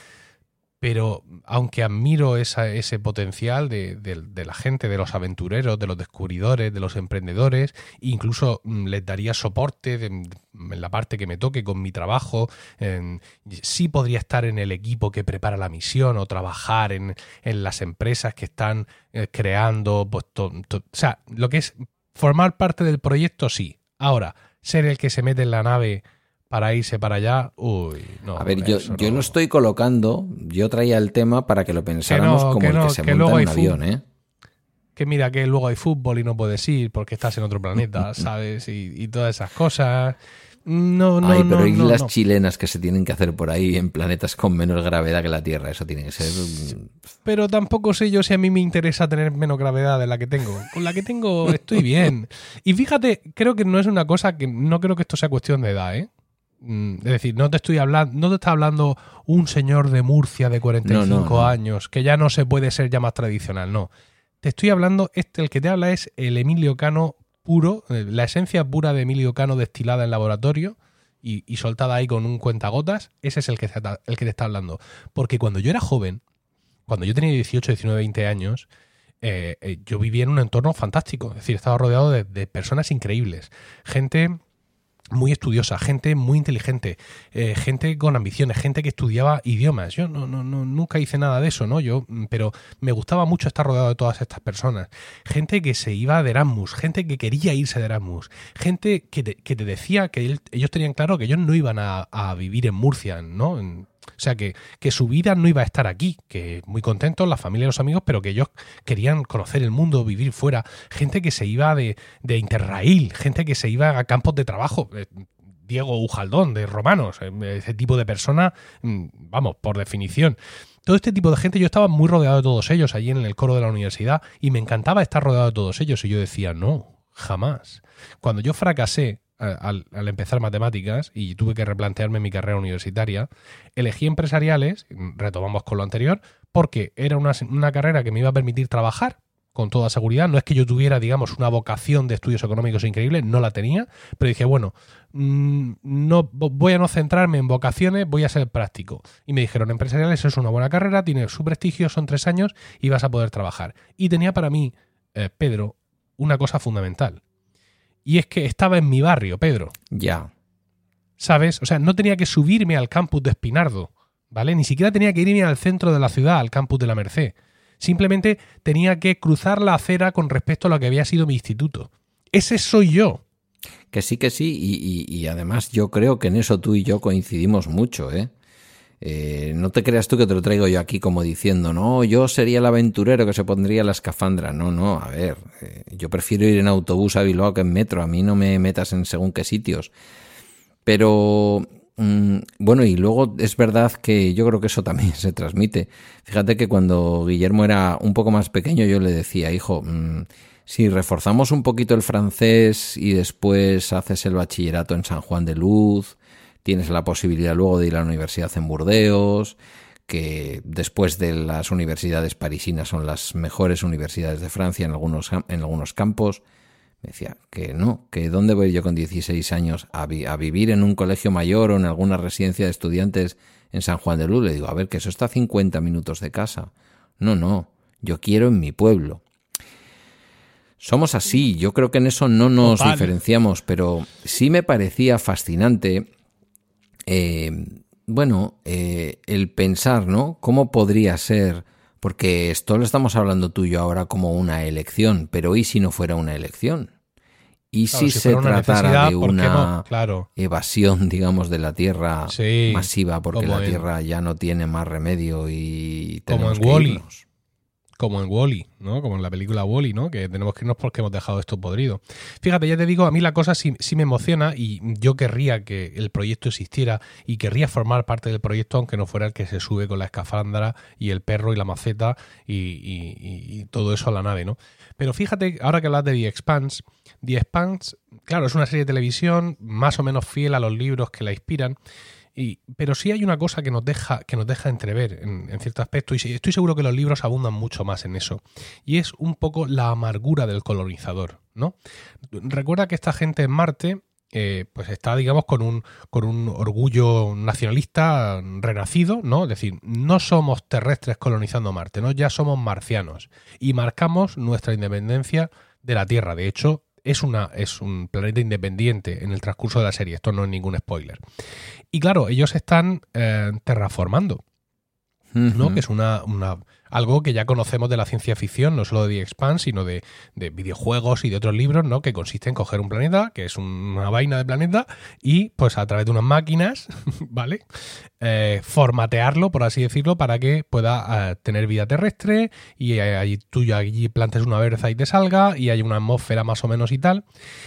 Pero aunque admiro esa, ese potencial de, de, de la gente, de los aventureros, de los descubridores, de los emprendedores, incluso les daría soporte de, en la parte que me toque con mi trabajo, en, sí podría estar en el equipo que prepara la misión o trabajar en, en las empresas que están eh, creando, pues, to, to, o sea, lo que es formar parte del proyecto, sí. Ahora, ser el que se mete en la nave para irse para allá, uy, no. A ver, yo, no. yo lo estoy colocando, yo traía el tema para que lo pensáramos que no, como que el no, que se que monta en un hay avión, ¿eh? Que mira, que luego hay fútbol y no puedes ir porque estás en otro planeta, ¿sabes? Y, y todas esas cosas. No, no, Ay, pero no, islas no, no. chilenas que se tienen que hacer por ahí en planetas con menos gravedad que la Tierra, eso tiene que ser... Pero tampoco sé yo si a mí me interesa tener menos gravedad de la que tengo. Con la que tengo estoy bien. Y fíjate, creo que no es una cosa que... No creo que esto sea cuestión de edad, ¿eh? Es decir, no te estoy hablando, no te está hablando un señor de Murcia de cuarenta y cinco no, no, no. años, que ya no se puede ser ya más tradicional, no. Te estoy hablando, este, el que te habla es el Emilio Cano puro, la esencia pura de Emilio Cano destilada en laboratorio y, y soltada ahí con un cuentagotas, ese es el que, el que te está hablando. Porque cuando yo era joven, cuando yo tenía dieciocho, diecinueve, veinte años, eh, eh, yo vivía en un entorno fantástico, es decir, estaba rodeado de, de personas increíbles, gente muy estudiosa, gente muy inteligente, eh, gente con ambiciones, gente que estudiaba idiomas. Yo no, no, no, nunca hice nada de eso, ¿no? Yo, pero me gustaba mucho estar rodeado de todas estas personas. Gente que se iba de Erasmus, gente que quería irse de Erasmus, gente que te, que te decía que él, ellos tenían claro que ellos no iban a, a vivir en Murcia, ¿no? En, o sea, que, que su vida no iba a estar aquí, que muy contentos, la familia y los amigos, pero que ellos querían conocer el mundo, vivir fuera. Gente que se iba de, de Interrail, gente que se iba a campos de trabajo. Diego Ujaldón, de Romanos, ese tipo de persona, vamos, por definición. Todo este tipo de gente, yo estaba muy rodeado de todos ellos allí en el coro de la universidad y me encantaba estar rodeado de todos ellos. Y yo decía, no, jamás. Cuando yo fracasé, Al, al empezar matemáticas y tuve que replantearme mi carrera universitaria, elegí empresariales, retomamos con lo anterior, porque era una, una carrera que me iba a permitir trabajar con toda seguridad. No es que yo tuviera, digamos, una vocación de estudios económicos increíble, no la tenía, pero dije, bueno, mmm, no, voy a no centrarme en vocaciones, voy a ser práctico. Y me dijeron, empresariales es una buena carrera, tiene su prestigio, son tres años y vas a poder trabajar. Y tenía para mí, eh, Pedro, una cosa fundamental. Y es que estaba en mi barrio, Pedro. Ya. ¿Sabes? O sea, no tenía que subirme al campus de Espinardo, ¿vale? Ni siquiera tenía que irme al centro de la ciudad, al campus de la Merced. Simplemente tenía que cruzar la acera con respecto a lo que había sido mi instituto. Ese soy yo. Que sí, que sí. Y, y, y además yo creo que en eso tú y yo coincidimos mucho, ¿eh? Eh, no te creas tú que te lo traigo yo aquí como diciendo, no, yo sería el aventurero que se pondría la escafandra. No, no, a ver, eh, yo prefiero ir en autobús a Bilbao que en metro, a mí no me metas en según qué sitios. Pero, mmm, bueno, y luego es verdad que yo creo que eso también se transmite. Fíjate que cuando Guillermo era un poco más pequeño yo le decía, hijo, mmm, si reforzamos un poquito el francés y después haces el bachillerato en San Juan de Luz, tienes la posibilidad luego de ir a la universidad en Burdeos, que después de las universidades parisinas son las mejores universidades de Francia en algunos, en algunos campos. Me decía que no, que ¿dónde voy yo con dieciséis años a, vi- a vivir en un colegio mayor o en alguna residencia de estudiantes en San Juan de Luz? Le digo, a ver, que eso está a cincuenta minutos de casa. No, no, yo quiero en mi pueblo. Somos así, yo creo que en eso no nos Total. diferenciamos, pero sí me parecía fascinante... Eh, bueno, eh, el pensar, ¿no? ¿Cómo podría ser? Porque esto lo estamos hablando tú y yo ahora como una elección, pero ¿y si no fuera una elección? ¿Y Claro, si, si se fuera una tratara necesidad, de ¿por qué una no? Claro. evasión, digamos, de la Tierra Sí, masiva porque como la en- Tierra ya no tiene más remedio y Como tenemos en que Wall-E. irnos? como en Wall-E, ¿no? Como en la película Wall-E, ¿no? Que tenemos que irnos porque hemos dejado esto podrido. Fíjate, ya te digo, a mí la cosa sí, sí me emociona y yo querría que el proyecto existiera y querría formar parte del proyecto, aunque no fuera el que se sube con la escafandra y el perro y la maceta y, y, y, y todo eso a la nave, ¿no? Pero fíjate, ahora que hablas de The Expanse, The Expanse, claro, es una serie de televisión más o menos fiel a los libros que la inspiran. Y, pero sí hay una cosa que nos deja, que nos deja entrever en, en cierto aspecto, y estoy seguro que los libros abundan mucho más en eso, y es un poco la amargura del colonizador, ¿no? Recuerda que esta gente en Marte eh, pues está, digamos, con un, con un orgullo nacionalista renacido, ¿no? Es decir, no somos terrestres colonizando Marte, ¿no? Ya somos marcianos y marcamos nuestra independencia de la Tierra. De hecho, es, una, es un planeta independiente en el transcurso de la serie. Esto no es ningún spoiler. Y claro, ellos están eh, terraformando, ¿no? Uh-huh. Que es una, una algo que ya conocemos de la ciencia ficción, no solo de The Expanse, sino de, de videojuegos y de otros libros, ¿no? Que consiste en coger un planeta, que es un, una vaina de planeta, y pues a través de unas máquinas, ¿vale? Eh, formatearlo, por así decirlo, para que pueda eh, tener vida terrestre y eh, allí, tú ya allí plantes una berza y te salga y hay una atmósfera más o menos y tal.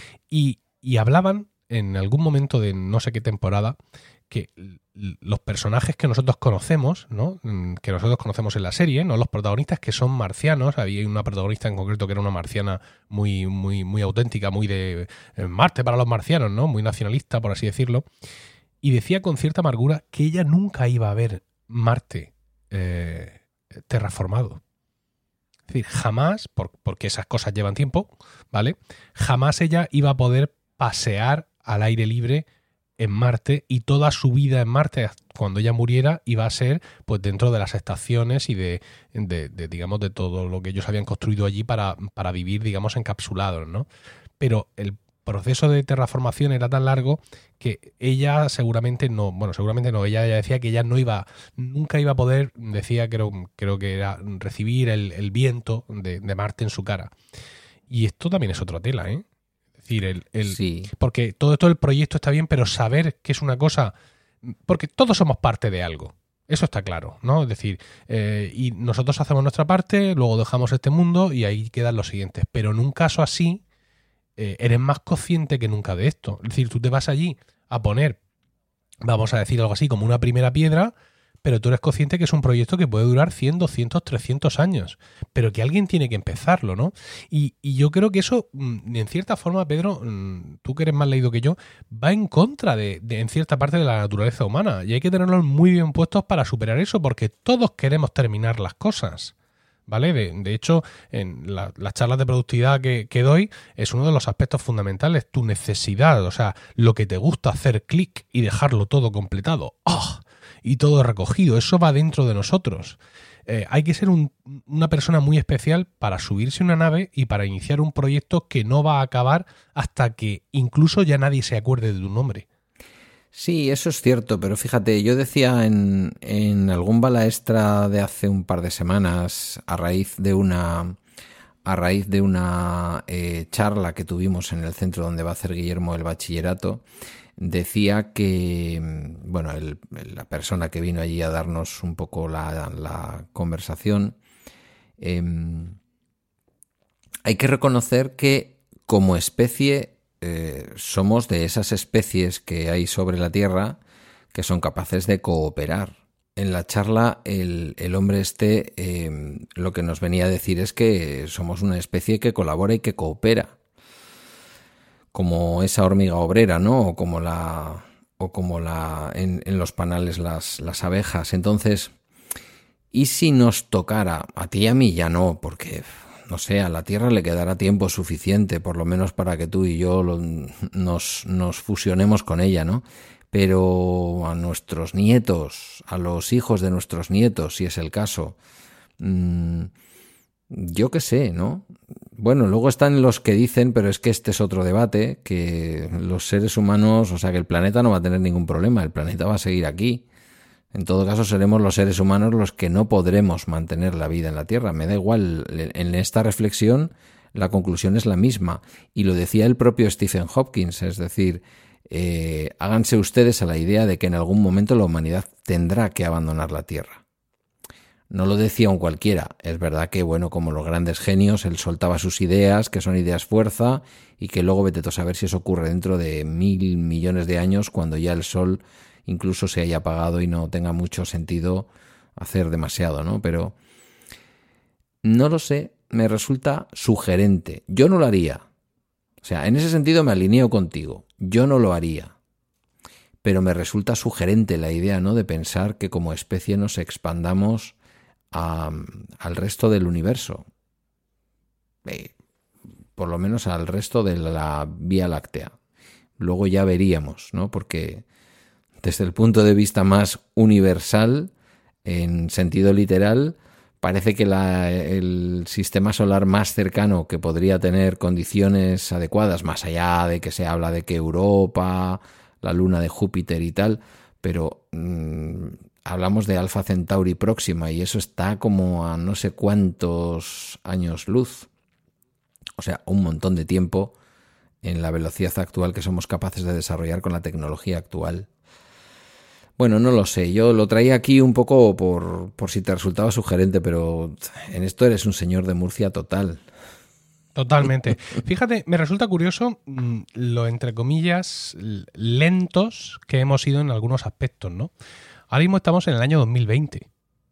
Y, y hablaban en algún momento de no sé qué temporada que los personajes que nosotros conocemos, ¿no? Que nosotros conocemos en la serie, ¿no? Los protagonistas que son marcianos, había una protagonista en concreto que era una marciana muy, muy, muy auténtica, muy de Marte para los marcianos, ¿no? Muy nacionalista, por así decirlo, y decía con cierta amargura que ella nunca iba a ver Marte eh, terraformado. Es decir, jamás, por, porque esas cosas llevan tiempo, ¿vale? Jamás ella iba a poder pasear al aire libre en Marte, y toda su vida en Marte, cuando ella muriera, iba a ser pues dentro de las estaciones y de, de, de digamos, de todo lo que ellos habían construido allí para, para vivir, digamos, encapsulados, ¿no? Pero el proceso de terraformación era tan largo que ella seguramente no, bueno, seguramente no, ella, ella decía que ella no iba, nunca iba a poder, decía, creo, creo que era recibir el, el viento de, de Marte en su cara. Y esto también es otra tela, ¿eh? Decir, el, el, sí. Porque todo esto del proyecto está bien, pero saber que es una cosa, porque todos somos parte de algo, eso está claro, ¿no? Es decir, eh, y nosotros hacemos nuestra parte, luego dejamos este mundo y ahí quedan los siguientes, pero en un caso así eh, eres más consciente que nunca de esto. Es decir, tú te vas allí a poner, vamos a decir algo así, como una primera piedra, pero tú eres consciente que es un proyecto que puede durar cien, doscientos, trescientos años, pero que alguien tiene que empezarlo, ¿no? Y, y yo creo que eso, en cierta forma, Pedro, tú que eres más leído que yo, va en contra de, de en cierta parte de la naturaleza humana, y hay que tenerlos muy bien puestos para superar eso, porque todos queremos terminar las cosas, ¿vale? De, de hecho, en la, las charlas de productividad que, que doy es uno de los aspectos fundamentales, tu necesidad, o sea, lo que te gusta hacer clic y dejarlo todo completado. ¡Oh! Y todo recogido, eso va dentro de nosotros. Eh, hay que ser un, una persona muy especial para subirse a una nave y para iniciar un proyecto que no va a acabar hasta que incluso ya nadie se acuerde de tu nombre. Sí, eso es cierto, pero fíjate, yo decía en, en algún bala extra de hace un par de semanas, a raíz de una, a raíz de una eh, charla que tuvimos en el centro donde va a hacer Guillermo el bachillerato, decía que, bueno, el, la persona que vino allí a darnos un poco la, la conversación, eh, hay que reconocer que como especie eh, somos de esas especies que hay sobre la Tierra que son capaces de cooperar. En la charla el, el hombre este eh, lo que nos venía a decir es que somos una especie que colabora y que coopera, como esa hormiga obrera, ¿no? O como la, o como la en, en los panales las, las abejas. Entonces, ¿y si nos tocara? A ti y a mí ya no, porque, no sé, a la Tierra le quedará tiempo suficiente, por lo menos para que tú y yo lo, nos, nos fusionemos con ella, ¿no? Pero a nuestros nietos, a los hijos de nuestros nietos, si es el caso, mmm, yo qué sé, ¿no? Bueno, luego están los que dicen, pero es que este es otro debate, que los seres humanos, o sea, que el planeta no va a tener ningún problema, el planeta va a seguir aquí. En todo caso, seremos los seres humanos los que no podremos mantener la vida en la Tierra. Me da igual, en esta reflexión la conclusión es la misma. Y lo decía el propio Stephen Hawking, es decir, eh, háganse ustedes a la idea de que en algún momento la humanidad tendrá que abandonar la Tierra. no lo decía un cualquiera. Es verdad que, bueno, como los grandes genios, él soltaba sus ideas, que son ideas fuerza, y que luego vete tú a saber si eso ocurre dentro de mil millones de años, cuando ya el Sol incluso se haya apagado y no tenga mucho sentido hacer demasiado, ¿no? Pero no lo sé, me resulta sugerente. Yo no lo haría. O sea, en ese sentido me alineo contigo. Yo no lo haría. Pero me resulta sugerente la idea, ¿no?, de pensar que como especie nos expandamos a, al resto del universo. Eh, por lo menos al resto de la Vía Láctea. Luego ya veríamos, ¿no? Porque desde el punto de vista más universal, en sentido literal, parece que la, el sistema solar más cercano que podría tener condiciones adecuadas, más allá de que se habla de que Europa, la luna de Júpiter y tal, pero mmm, hablamos de Alfa Centauri próxima y eso está como a no sé cuántos años luz. O sea, un montón de tiempo en la velocidad actual que somos capaces de desarrollar con la tecnología actual. Bueno, no lo sé, yo lo traía aquí un poco por, por si te resultaba sugerente, pero en esto eres un señor de Murcia total. Totalmente. Fíjate, me resulta curioso mmm, lo, entre comillas, lentos que hemos sido en algunos aspectos, ¿no? Ahora mismo estamos en el año dos mil veinte.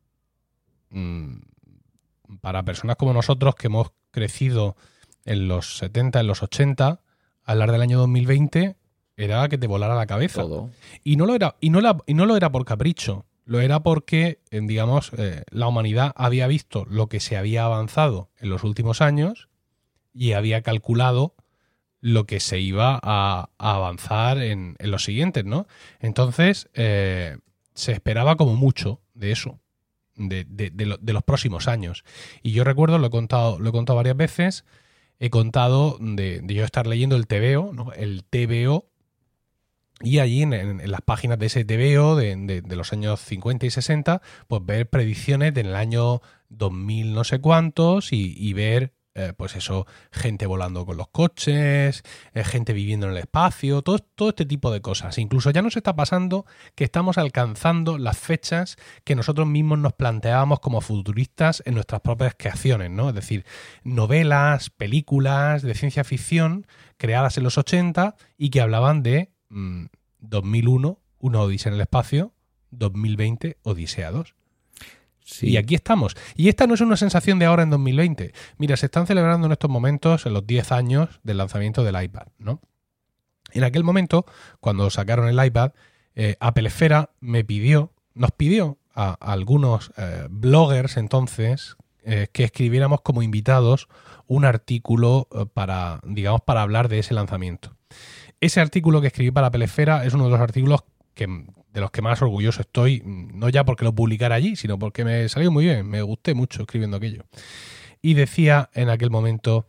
Mm, para personas como nosotros que hemos crecido en los setenta, en los ochenta, hablar del año dos mil veinte era que te volara la cabeza. Todo. Y no lo era, y no la, y no lo era por capricho. Lo era porque, digamos, eh, la humanidad había visto lo que se había avanzado en los últimos años y había calculado lo que se iba a, a avanzar en, en los siguientes, ¿no? Entonces, eh, se esperaba como mucho de eso, de, de, de, lo, de los próximos años. Y yo recuerdo, lo he contado, lo he contado varias veces, he contado de, de yo estar leyendo el T V O, ¿no? El T V O, y allí en, en, en las páginas de ese T V O de, de, de los años cincuenta y sesenta, pues ver predicciones del año dos mil no sé cuántos y, y ver, eh, pues eso, gente volando con los coches, eh, gente viviendo en el espacio, todo, todo este tipo de cosas. Incluso ya nos está pasando que estamos alcanzando las fechas que nosotros mismos nos planteábamos como futuristas en nuestras propias creaciones, ¿no? Es decir, novelas, películas de ciencia ficción creadas en los ochenta y que hablaban de dos mil uno, una Odisea en el espacio, dos mil veinte, Odisea dos. Sí. Y aquí estamos. Y esta no es una sensación de ahora en dos mil veinte. Mira, se están celebrando en estos momentos en los diez años del lanzamiento del iPad, ¿no? En aquel momento, cuando sacaron el iPad, eh, Apple Esfera me pidió, nos pidió a, a algunos eh, bloggers entonces eh, que escribiéramos como invitados un artículo eh, para, digamos, para hablar de ese lanzamiento. Ese artículo que escribí para Apple Esfera es uno de los artículos que, de los que más orgulloso estoy, no ya porque lo publicara allí, sino porque me salió muy bien, me gusté mucho escribiendo aquello. Y decía en aquel momento,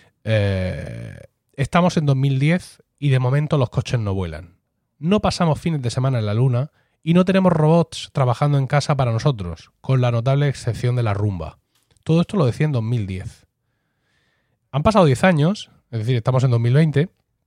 eh, estamos en dos mil diez y de momento los coches no vuelan. No pasamos fines de semana en la luna y no tenemos robots trabajando en casa para nosotros, con la notable excepción de la rumba. Todo esto lo decía en dos mil diez. Han pasado diez años, es decir, estamos en dos mil veinte,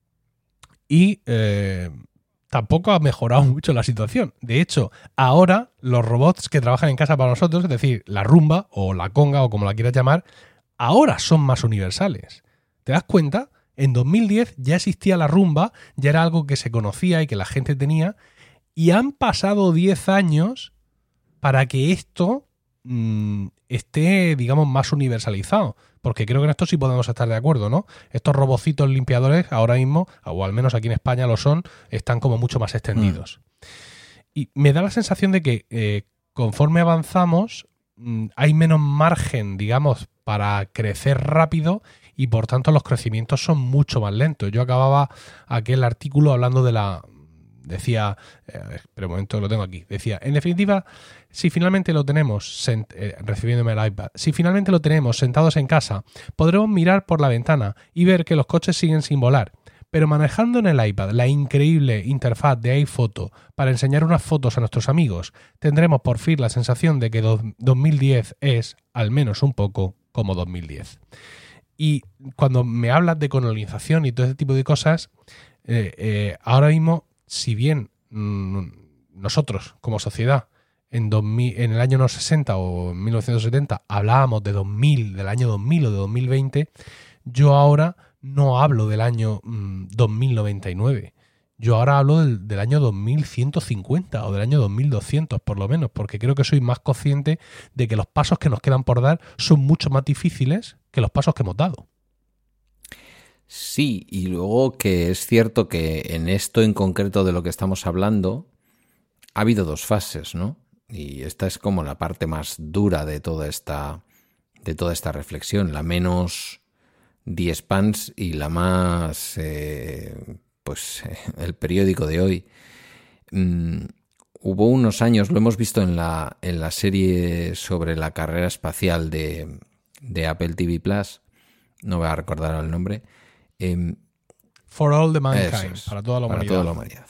y eh, tampoco ha mejorado mucho la situación. De hecho, ahora los robots que trabajan en casa para nosotros, es decir, la rumba o la conga o como la quieras llamar, ahora son más universales. ¿Te das cuenta? En dos mil diez ya existía la rumba, ya era algo que se conocía y que la gente tenía, y han pasado diez años para que esto mmm, esté, digamos, más universalizado. Porque creo que en esto sí podemos estar de acuerdo, ¿no? Estos robocitos limpiadores ahora mismo, o al menos aquí en España lo son, están como mucho más extendidos. Mm. Y me da la sensación de que eh, conforme avanzamos mmm, hay menos margen, digamos, para crecer rápido y por tanto los crecimientos son mucho más lentos. Yo acababa aquel artículo hablando de la... Decía, eh, pero un momento, lo tengo aquí. Decía, en definitiva, si finalmente lo tenemos, sent- eh, recibiéndome el iPad, si finalmente lo tenemos sentados en casa, podremos mirar por la ventana y ver que los coches siguen sin volar. Pero manejando en el iPad la increíble interfaz de iPhoto para enseñar unas fotos a nuestros amigos, tendremos por fin la sensación de que do- dos mil diez es, al menos un poco, como dos mil diez. Y cuando me hablas de colonización y todo ese tipo de cosas, eh, eh, ahora mismo, si bien mmm, nosotros como sociedad en, dos mil, en el año sesenta o en mil novecientos setenta hablábamos de dos mil, del año dos mil o de dos mil veinte, yo ahora no hablo del año mmm, dos mil noventa y nueve. Yo ahora hablo del, del año dos mil ciento cincuenta o del año dos mil doscientos por lo menos, porque creo que soy más consciente de que los pasos que nos quedan por dar son mucho más difíciles que los pasos que hemos dado. Sí, y luego que es cierto que en esto en concreto de lo que estamos hablando ha habido dos fases, ¿no? Y esta es como la parte más dura de toda esta, de toda esta reflexión, la menos diespans y la más, eh, pues, eh, el periódico de hoy. Mm, hubo unos años, lo hemos visto en la, en la serie sobre la carrera espacial de, de Apple T V Plus, no voy a recordar el nombre. Eh, For all the mankind, es, para toda la humanidad. Para toda la humanidad.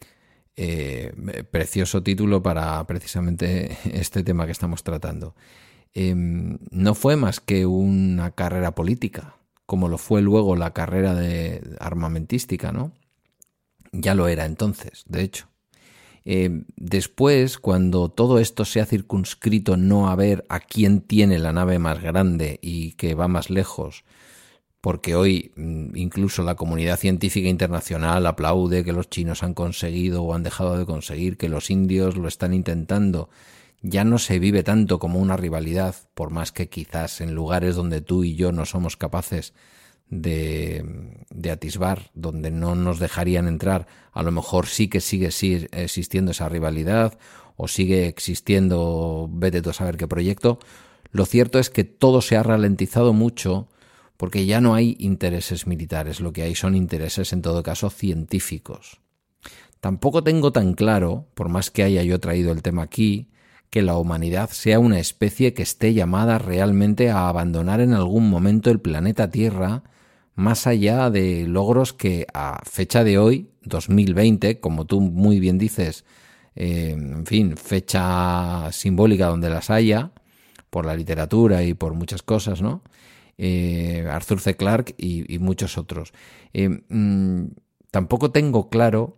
Eh, precioso título para precisamente este tema que estamos tratando. Eh, no fue más que una carrera política, como lo fue luego la carrera de armamentística, ¿no? Ya lo era entonces, de hecho. Eh, después, cuando todo esto se ha circunscrito no a ver a quién tiene la nave más grande y que va más lejos, porque hoy incluso la comunidad científica internacional aplaude que los chinos han conseguido o han dejado de conseguir, que los indios lo están intentando, ya no se vive tanto como una rivalidad, por más que quizás en lugares donde tú y yo no somos capaces de, de atisbar, donde no nos dejarían entrar, a lo mejor sí que sigue sí, existiendo esa rivalidad o sigue existiendo, vete tú a saber qué proyecto. Lo cierto es que todo se ha ralentizado mucho porque ya no hay intereses militares, lo que hay son intereses en todo caso científicos. Tampoco tengo tan claro, por más que haya yo traído el tema aquí, que la humanidad sea una especie que esté llamada realmente a abandonar en algún momento el planeta Tierra, más allá de logros que a fecha de hoy, dos mil veinte, como tú muy bien dices, eh, en fin, fecha simbólica donde las haya, por la literatura y por muchas cosas, ¿no? Eh, Arthur C. Clarke y, y muchos otros. Eh, mmm, tampoco tengo claro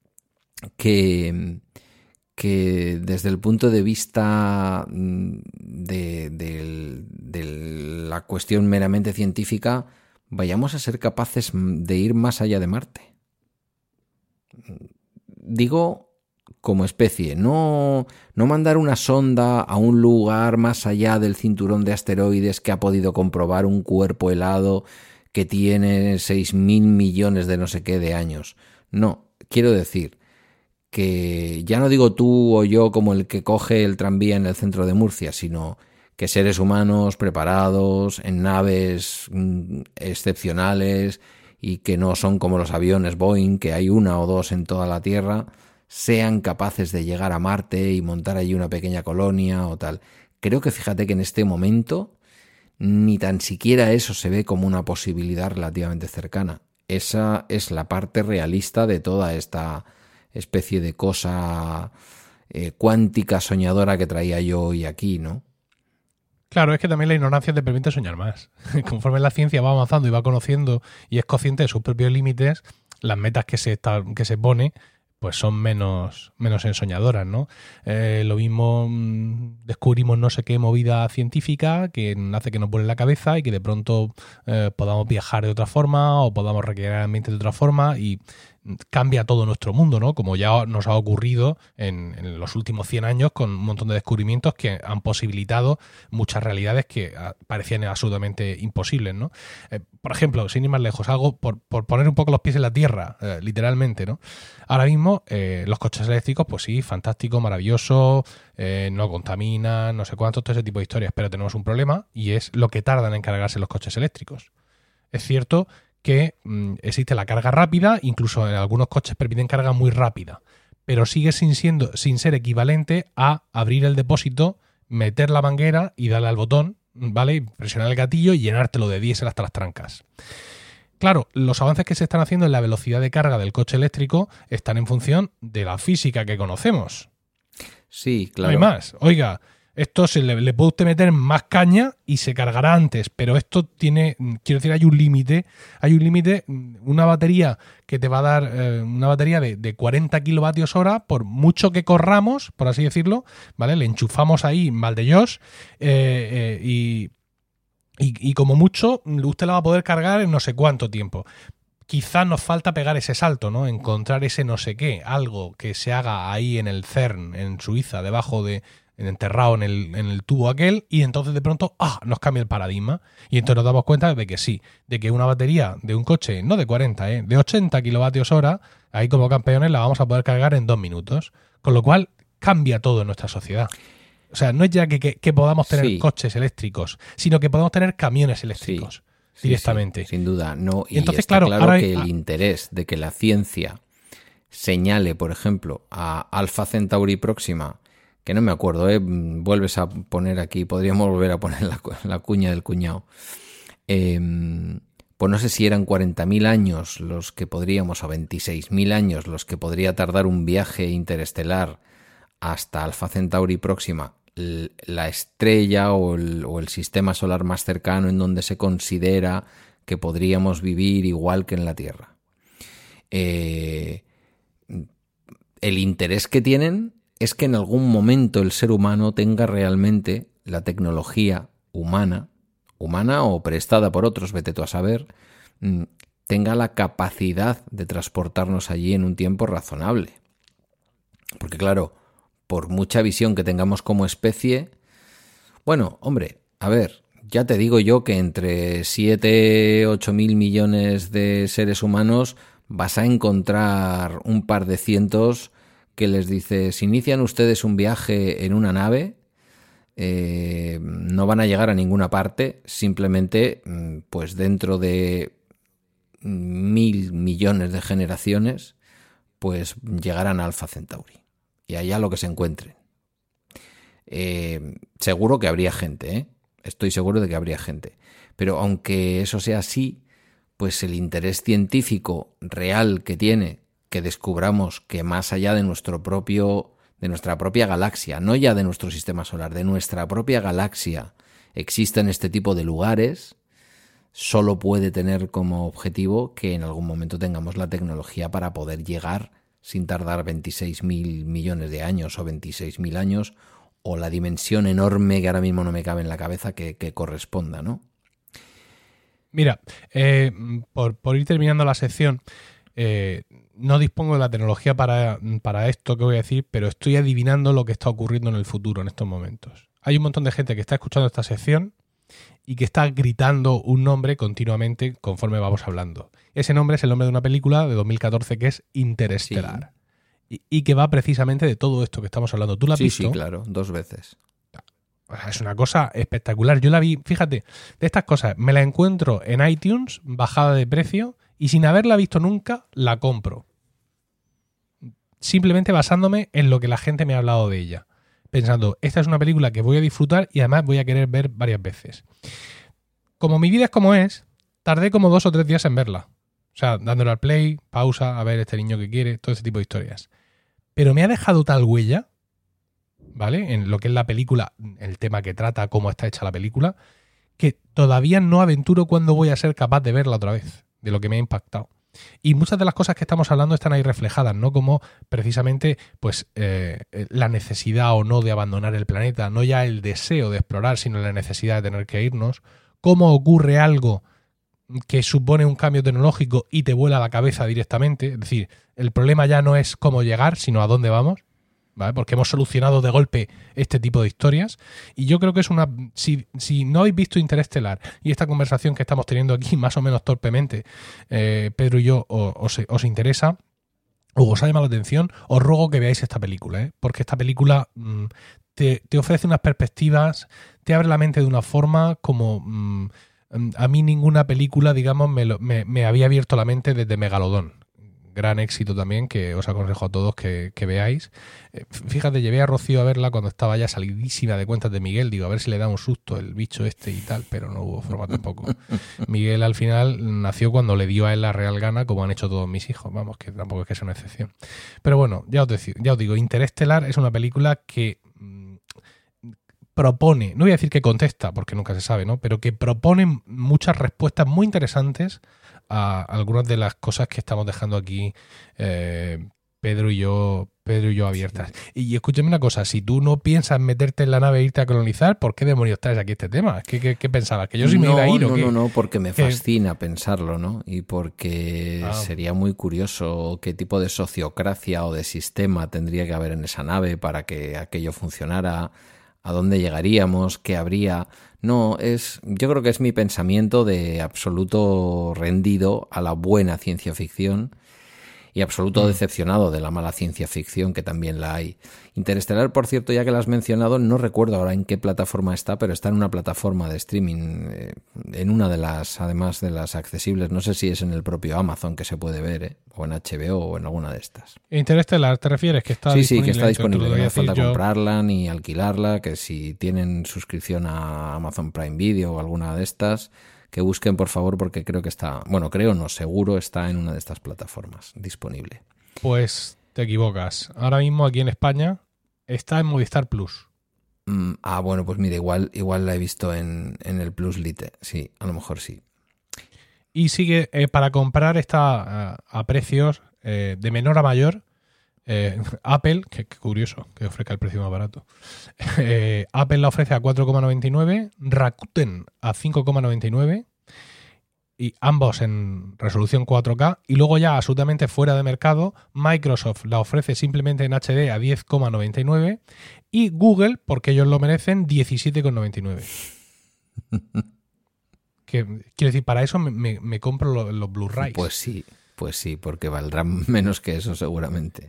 que, que desde el punto de vista de, de, de la cuestión meramente científica vayamos a ser capaces de ir más allá de Marte. Digo, como especie, no, no mandar una sonda a un lugar más allá del cinturón de asteroides que ha podido comprobar un cuerpo helado que tiene seis mil millones de no sé qué de años. No, quiero decir que ya no digo tú o yo como el que coge el tranvía en el centro de Murcia, sino que seres humanos preparados en naves excepcionales y que no son como los aviones Boeing, que hay una o dos en toda la Tierra, sean capaces de llegar a Marte y montar allí una pequeña colonia o tal. Creo que fíjate que en este momento ni tan siquiera eso se ve como una posibilidad relativamente cercana. Esa es la parte realista de toda esta especie de cosa eh, cuántica soñadora que traía yo hoy aquí, ¿no? Claro, es que también la ignorancia te permite soñar más. Conforme la ciencia va avanzando y va conociendo y es consciente de sus propios límites, las metas que se, está, que se pone pues son menos, menos ensoñadoras, ¿no? Eh, lo mismo mmm, descubrimos no sé qué movida científica que hace que nos vuele la cabeza y que de pronto eh, podamos viajar de otra forma o podamos recrear el ambiente de otra forma y cambia todo nuestro mundo, ¿no? Como ya nos ha ocurrido en, en los últimos cien años con un montón de descubrimientos que han posibilitado muchas realidades que parecían absolutamente imposibles, ¿no? Eh, por ejemplo, sin ir más lejos, algo por, por poner un poco los pies en la tierra, eh, literalmente, ¿no? Ahora mismo, eh, los coches eléctricos, pues sí, fantástico, maravilloso, eh, no contaminan, no sé cuántos, todo ese tipo de historias, pero tenemos un problema y es lo que tardan en cargarse los coches eléctricos. Es cierto que mmm, existe la carga rápida, incluso en algunos coches permiten carga muy rápida, pero sigue sin, siendo, sin ser equivalente a abrir el depósito, meter la manguera y darle al botón, ¿vale? Presionar el gatillo y llenártelo de diésel hasta las trancas. Claro, los avances que se están haciendo en la velocidad de carga del coche eléctrico están en función de la física que conocemos. Sí, claro. No hay más. Oiga, Esto se le, le puede usted meter más caña y se cargará antes, pero esto tiene, quiero decir, hay un límite, hay un límite, una batería que te va a dar, eh, una batería de, de cuarenta kilovatios hora, por mucho que corramos, por así decirlo, ¿vale? Le enchufamos ahí mal de Josh eh, eh, y, y, y como mucho usted la va a poder cargar en no sé cuánto tiempo. Quizás nos falta pegar ese salto, ¿no? Encontrar ese no sé qué, algo que se haga ahí en el CERN, en Suiza, debajo de... enterrado en el, en el tubo aquel, y entonces de pronto ¡ah! Nos cambia el paradigma y entonces nos damos cuenta de que sí, de que una batería de un coche, no de cuarenta, ¿eh? de ochenta kilovatios hora, ahí como campeones la vamos a poder cargar en dos minutos, con lo cual cambia todo en nuestra sociedad. O sea, no es ya que, que, que podamos tener sí. coches eléctricos, sino que podamos tener camiones eléctricos sí, directamente. Sí, sí, sin duda, no. Y entonces, está claro, claro ahora que hay, el interés de que la ciencia señale, por ejemplo, a Alpha Centauri Próxima, que no me acuerdo, ¿eh? Vuelves a poner aquí, podríamos volver a poner la, la cuña del cuñado. Eh, pues no sé si eran cuarenta mil años los que podríamos, o veintiséis mil años los que podría tardar un viaje interestelar hasta Alpha Centauri Próxima, la estrella o el, o el sistema solar más cercano en donde se considera que podríamos vivir igual que en la Tierra. Eh, el interés que tienen es que en algún momento el ser humano tenga realmente la tecnología humana, humana o prestada por otros, vete tú a saber, tenga la capacidad de transportarnos allí en un tiempo razonable. Porque claro, por mucha visión que tengamos como especie, bueno, hombre, a ver, ya te digo yo que entre siete, ocho mil millones de seres humanos vas a encontrar un par de cientos que les dice, si inician ustedes un viaje en una nave, eh, no van a llegar a ninguna parte, simplemente pues dentro de mil millones de generaciones, pues llegarán a Alpha Centauri. Y allá lo que se encuentren. Eh, seguro que habría gente, ¿eh? Estoy seguro de que habría gente. Pero aunque eso sea así, pues el interés científico real que tiene que descubramos que más allá de nuestro propio, de nuestra propia galaxia, no ya de nuestro sistema solar, de nuestra propia galaxia, existen este tipo de lugares, solo puede tener como objetivo que en algún momento tengamos la tecnología para poder llegar sin tardar veintiséis mil millones de años o veintiséis mil años, o la dimensión enorme que ahora mismo no me cabe en la cabeza que, que corresponda, ¿no? Mira, eh, por, por ir terminando la sección, eh, no dispongo de la tecnología para, para esto que voy a decir, pero estoy adivinando lo que está ocurriendo en el futuro en estos momentos. Hay un montón de gente que está escuchando esta sección y que está gritando un nombre continuamente conforme vamos hablando. Ese nombre es el nombre de una película de dos mil catorce que es Interestelar. Sí. Y, y que va precisamente de todo esto que estamos hablando. ¿Tú la has sí, visto? Sí, claro, dos veces. Es una cosa espectacular. Yo la vi, fíjate, de estas cosas, me la encuentro en iTunes, bajada de precio, y sin haberla visto nunca, la compro. Simplemente basándome en lo que la gente me ha hablado de ella. Pensando, esta es una película que voy a disfrutar y además voy a querer ver varias veces. Como mi vida es como es, tardé como dos o tres días en verla. O sea, dándole al play, pausa, a ver este niño que quiere, todo ese tipo de historias. Pero me ha dejado tal huella, ¿vale? En lo que es la película, el tema que trata, cómo está hecha la película, que todavía no aventuro cuándo voy a ser capaz de verla otra vez, de lo que me ha impactado. Y muchas de las cosas que estamos hablando están ahí reflejadas, ¿no? Como precisamente pues eh, la necesidad o no de abandonar el planeta, no ya el deseo de explorar, sino la necesidad de tener que irnos. Cómo ocurre algo que supone un cambio tecnológico y te vuela la cabeza directamente. Es decir, el problema ya no es cómo llegar, sino a dónde vamos, ¿vale? Porque hemos solucionado de golpe este tipo de historias. Y yo creo que es una... Si, si no habéis visto Interestelar y esta conversación que estamos teniendo aquí más o menos torpemente, eh, Pedro y yo, os, os, os interesa o os ha llamado la atención, os ruego que veáis esta película, ¿eh? Porque esta película mmm, te, te ofrece unas perspectivas, te abre la mente de una forma como... Mmm, a mí ninguna película, digamos, me, lo, me, me había abierto la mente desde Megalodón. Gran éxito también, que os aconsejo a todos que, que veáis. Eh, fíjate, llevé a Rocío a verla cuando estaba ya salidísima de cuentas de Miguel. Digo, a ver si le da un susto el bicho este y tal, pero no hubo forma tampoco. Miguel al final nació cuando le dio a él la real gana, como han hecho todos mis hijos. Vamos, que tampoco es que sea una excepción. Pero bueno, ya os, decí, ya os digo, Interestelar es una película que... propone, no voy a decir que contesta, porque nunca se sabe, ¿no? Pero que propone muchas respuestas muy interesantes a algunas de las cosas que estamos dejando aquí eh, Pedro y yo Pedro y yo abiertas. Y escúchame una cosa, si tú no piensas meterte en la nave e irte a colonizar, ¿por qué demonios traes aquí este tema? ¿Qué, qué, qué pensabas? ¿Que yo sí me iba a ir no, o qué? No, no, no, porque me ¿Qué? fascina pensarlo, ¿no? Y porque ah. sería muy curioso qué tipo de sociocracia o de sistema tendría que haber en esa nave para que aquello funcionara, a dónde llegaríamos, qué habría. No, es, yo creo que es mi pensamiento de absoluto rendido a la buena ciencia ficción y absoluto mm. decepcionado de la mala ciencia ficción, que también la hay. Interestelar, por cierto, ya que la has mencionado, no recuerdo ahora en qué plataforma está, pero está en una plataforma de streaming, eh, en una de las, además de las accesibles, no sé si es en el propio Amazon que se puede ver, eh, o en H B O o en alguna de estas. Interestelar, ¿te refieres? Que está sí, disponible. Sí, que está disponible, que no hace falta yo... comprarla ni alquilarla, que si tienen suscripción a Amazon Prime Video o alguna de estas, que busquen por favor, porque creo que está, bueno, creo no, seguro está en una de estas plataformas disponible. Pues te equivocas. Ahora mismo aquí en España está en Movistar Plus. Mm, ah, bueno, pues mira, igual, igual la he visto en, en el Plus Lite, sí, a lo mejor sí. Y sigue, eh, para comprar está a, a precios eh, de menor a mayor. Eh, Apple, que, que curioso que ofrezca el precio más barato. Eh, Apple la ofrece a cuatro coma noventa y nueve, Rakuten a cinco coma noventa y nueve y ambos en resolución cuatro K, y luego ya absolutamente fuera de mercado Microsoft la ofrece simplemente en H D a diez coma noventa y nueve y Google, porque ellos lo merecen, diecisiete coma noventa y nueve. Que, quiero decir, para eso me, me, me compro los, los Blu-rays. Pues sí, pues sí, porque valdrán menos que eso seguramente.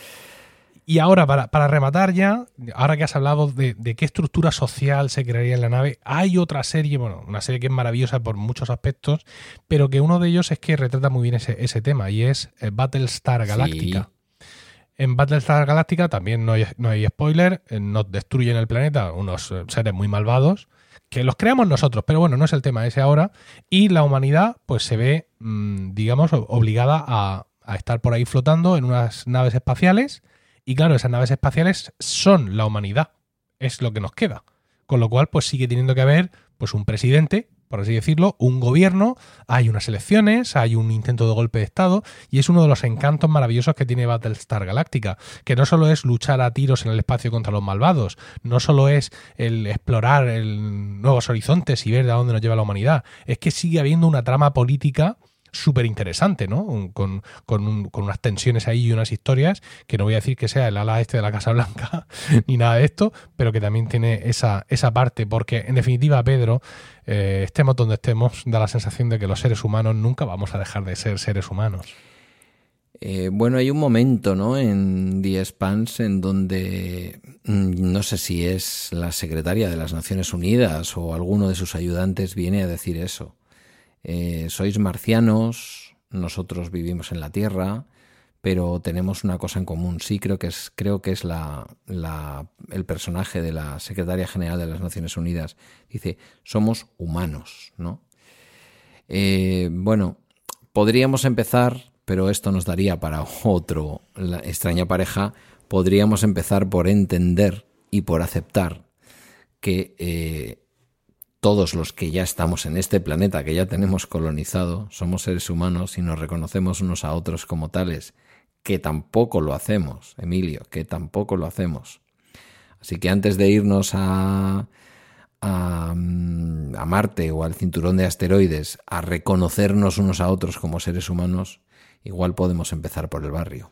Y ahora, para, para rematar ya, ahora que has hablado de, de qué estructura social se crearía en la nave, hay otra serie, bueno, una serie que es maravillosa por muchos aspectos, pero que uno de ellos es que retrata muy bien ese, ese tema, y es Battlestar Galactica. Sí. En Battlestar Galactica también no hay, no hay spoiler, nos destruyen el planeta unos seres muy malvados, que los creamos nosotros, pero bueno, no es el tema ese ahora, y la humanidad pues se ve, digamos, obligada a, a estar por ahí flotando en unas naves espaciales. Y claro, esas naves espaciales son la humanidad, es lo que nos queda. Con lo cual, pues sigue teniendo que haber pues un presidente, por así decirlo, un gobierno, hay unas elecciones, hay un intento de golpe de Estado, y es uno de los encantos maravillosos que tiene Battlestar Galactica, que no solo es luchar a tiros en el espacio contra los malvados, no solo es el explorar el nuevos horizontes y ver a dónde nos lleva la humanidad, es que sigue habiendo una trama política súper interesante, ¿no? Con, con, un, con unas tensiones ahí y unas historias que no voy a decir que sea el ala este de la Casa Blanca ni nada de esto, pero que también tiene esa, esa parte, porque en definitiva, Pedro, eh, estemos donde estemos, da la sensación de que los seres humanos nunca vamos a dejar de ser seres humanos. Eh, bueno, hay un momento, ¿no?, en The Expanse en donde mmm, no sé si es la secretaria de las Naciones Unidas o alguno de sus ayudantes viene a decir eso. Eh, sois marcianos, nosotros vivimos en la Tierra, pero tenemos una cosa en común. Sí, creo que es, creo que es la, la, el personaje de la secretaria general de las Naciones Unidas. Dice, somos humanos, ¿no? Eh, bueno, podríamos empezar, pero esto nos daría para otro, la extraña pareja, podríamos empezar por entender y por aceptar que eh, todos los que ya estamos en este planeta, que ya tenemos colonizado, somos seres humanos y nos reconocemos unos a otros como tales, que tampoco lo hacemos, Emilio, que tampoco lo hacemos. Así que antes de irnos a, a, a Marte o al cinturón de asteroides a reconocernos unos a otros como seres humanos, igual podemos empezar por el barrio.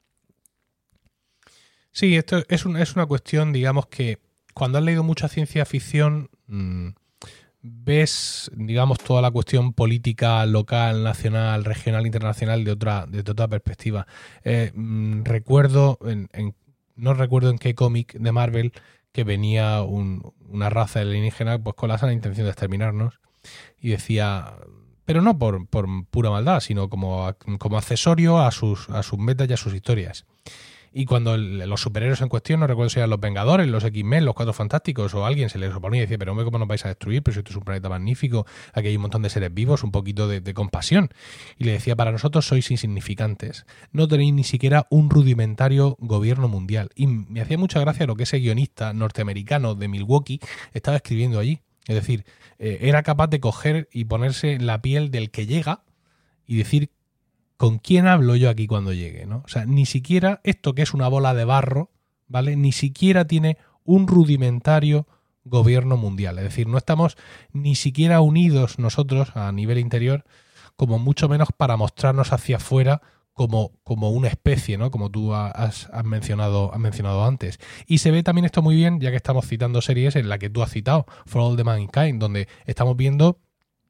Sí, esto es, un, es una cuestión, digamos, que cuando has leído mucha ciencia ficción, mmm, ves, digamos, toda la cuestión política local, nacional, regional, internacional de otra, de otra perspectiva. Eh, mmm, recuerdo, en, en, no recuerdo en qué cómic de Marvel, que venía un, una raza alienígena pues con la sana intención de exterminarnos y decía, pero no por, por pura maldad, sino como, como accesorio a sus, a sus metas y a sus historias. Y cuando el, los superhéroes en cuestión, no recuerdo si eran los Vengadores, los X-Men, los Cuatro Fantásticos o alguien se les oponía y decía, pero hombre, ¿cómo nos vais a destruir? Pero si esto es un planeta magnífico, aquí hay un montón de seres vivos, un poquito de, de compasión. Y le decía, para nosotros sois insignificantes, no tenéis ni siquiera un rudimentario gobierno mundial. Y me hacía mucha gracia lo que ese guionista norteamericano de Milwaukee estaba escribiendo allí. Es decir, eh, era capaz de coger y ponerse en la piel del que llega y decir, ¿con quién hablo yo aquí cuando llegue? ¿No? O sea, ni siquiera esto que es una bola de barro, ¿vale? Ni siquiera tiene un rudimentario gobierno mundial. Es decir, no estamos ni siquiera unidos nosotros a nivel interior, como mucho menos para mostrarnos hacia afuera como, como una especie, ¿no? Como tú has, has, mencionado, has mencionado antes. Y se ve también esto muy bien, ya que estamos citando series en la que tú has citado, For All the Mankind, donde estamos viendo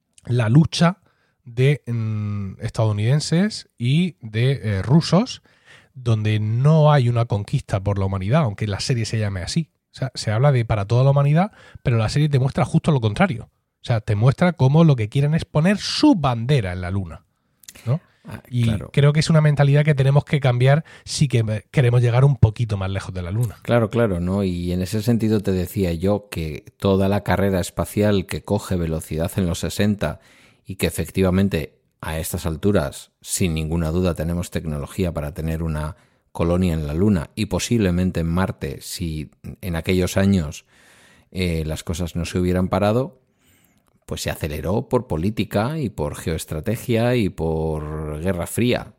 la lucha de mm, estadounidenses y de eh, rusos, donde no hay una conquista por la humanidad, aunque la serie se llame así. O sea, se habla de para toda la humanidad, pero la serie te muestra justo lo contrario. O sea, te muestra cómo lo que quieren es poner su bandera en la luna, ¿no? Ah, y claro, creo que es una mentalidad que tenemos que cambiar si que queremos llegar un poquito más lejos de la luna. Claro, claro, ¿no? Y en ese sentido te decía yo que toda la carrera espacial que coge velocidad en los sesenta y que efectivamente a estas alturas, sin ninguna duda, tenemos tecnología para tener una colonia en la Luna y posiblemente en Marte, si en aquellos años eh, las cosas no se hubieran parado, pues se aceleró por política y por geoestrategia y por Guerra Fría.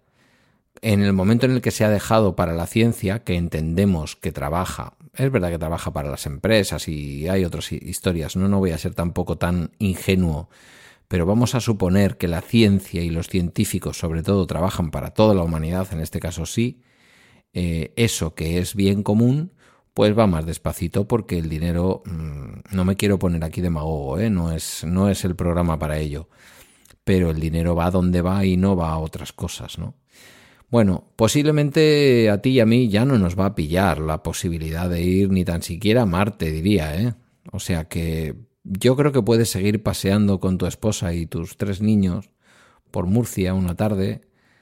En el momento en el que se ha dejado para la ciencia, que entendemos que trabaja, es verdad que trabaja para las empresas y hay otras historias, no, no voy a ser tampoco tan ingenuo, pero vamos a suponer que la ciencia y los científicos sobre todo trabajan para toda la humanidad, en este caso sí, eh, eso que es bien común, pues va más despacito porque el dinero, mmm, no me quiero poner aquí demagogo, ¿eh? no es, no es el programa para ello, pero el dinero va a donde va y no va a otras cosas, ¿no? Bueno, posiblemente a ti y a mí ya no nos va a pillar la posibilidad de ir ni tan siquiera a Marte, diría, ¿eh? O sea que yo creo que puedes seguir paseando con tu esposa y tus tres niños por Murcia una tarde,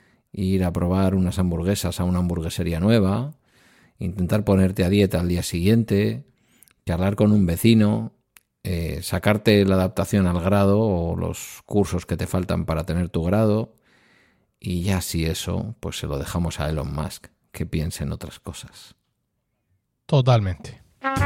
ir a probar unas hamburguesas a una hamburguesería nueva, intentar ponerte a dieta al día siguiente, charlar con un vecino, eh, sacarte la adaptación al grado o los cursos que te faltan para tener tu grado, y ya si eso, pues se lo dejamos a Elon Musk, que piense en otras cosas. Totalmente.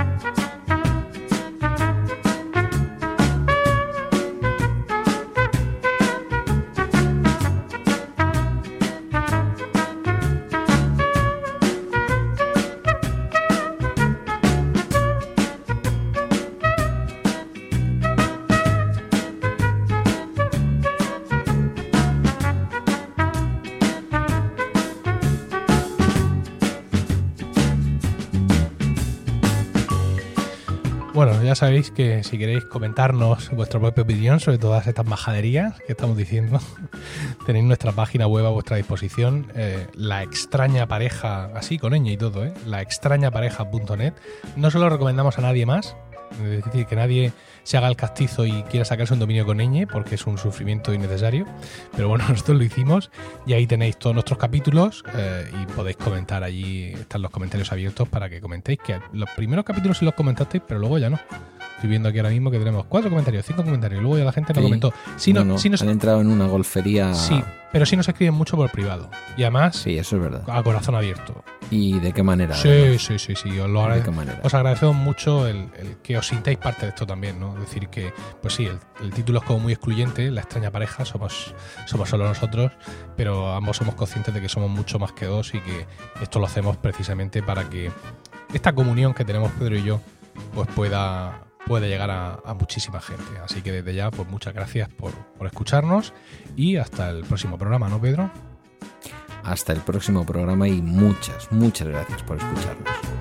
Bueno, ya sabéis que si queréis comentarnos vuestra propia opinión sobre todas estas majaderías que estamos diciendo, tenéis nuestra página web a vuestra disposición, eh, La Extraña Pareja, así con ñ y todo, ¿eh? la extraña pareja punto net. No se lo recomendamos a nadie más, es decir, que nadie se haga el castizo y quiera sacarse un dominio con ñ, porque es un sufrimiento innecesario, pero bueno, nosotros lo hicimos y ahí tenéis todos nuestros capítulos eh, y podéis comentar allí, están los comentarios abiertos para que comentéis, que los primeros capítulos sí los comentasteis, pero luego ya no. Estoy viendo aquí ahora mismo que tenemos cuatro comentarios, cinco comentarios, y luego ya la gente no sí. comentó. Si no, no, no, si nos... han entrado en una golfería. Sí, pero sí nos escriben mucho por privado. Y además, sí, eso es verdad, a corazón abierto. ¿Y de qué manera? Sí, además? sí, sí, sí. Os, lo agrade... os agradecemos mucho el, el que os sintáis parte de esto también, ¿no? Es decir, que, pues sí, el, el título es como muy excluyente, La Extraña Pareja, somos, somos solo nosotros, pero ambos somos conscientes de que somos mucho más que dos y que esto lo hacemos precisamente para que esta comunión que tenemos Pedro y yo, pues pueda... puede llegar a, a muchísima gente. Así que desde ya, pues muchas gracias por, por escucharnos y hasta el próximo programa, ¿no, Pedro? Hasta el próximo programa y muchas, muchas gracias por escucharnos.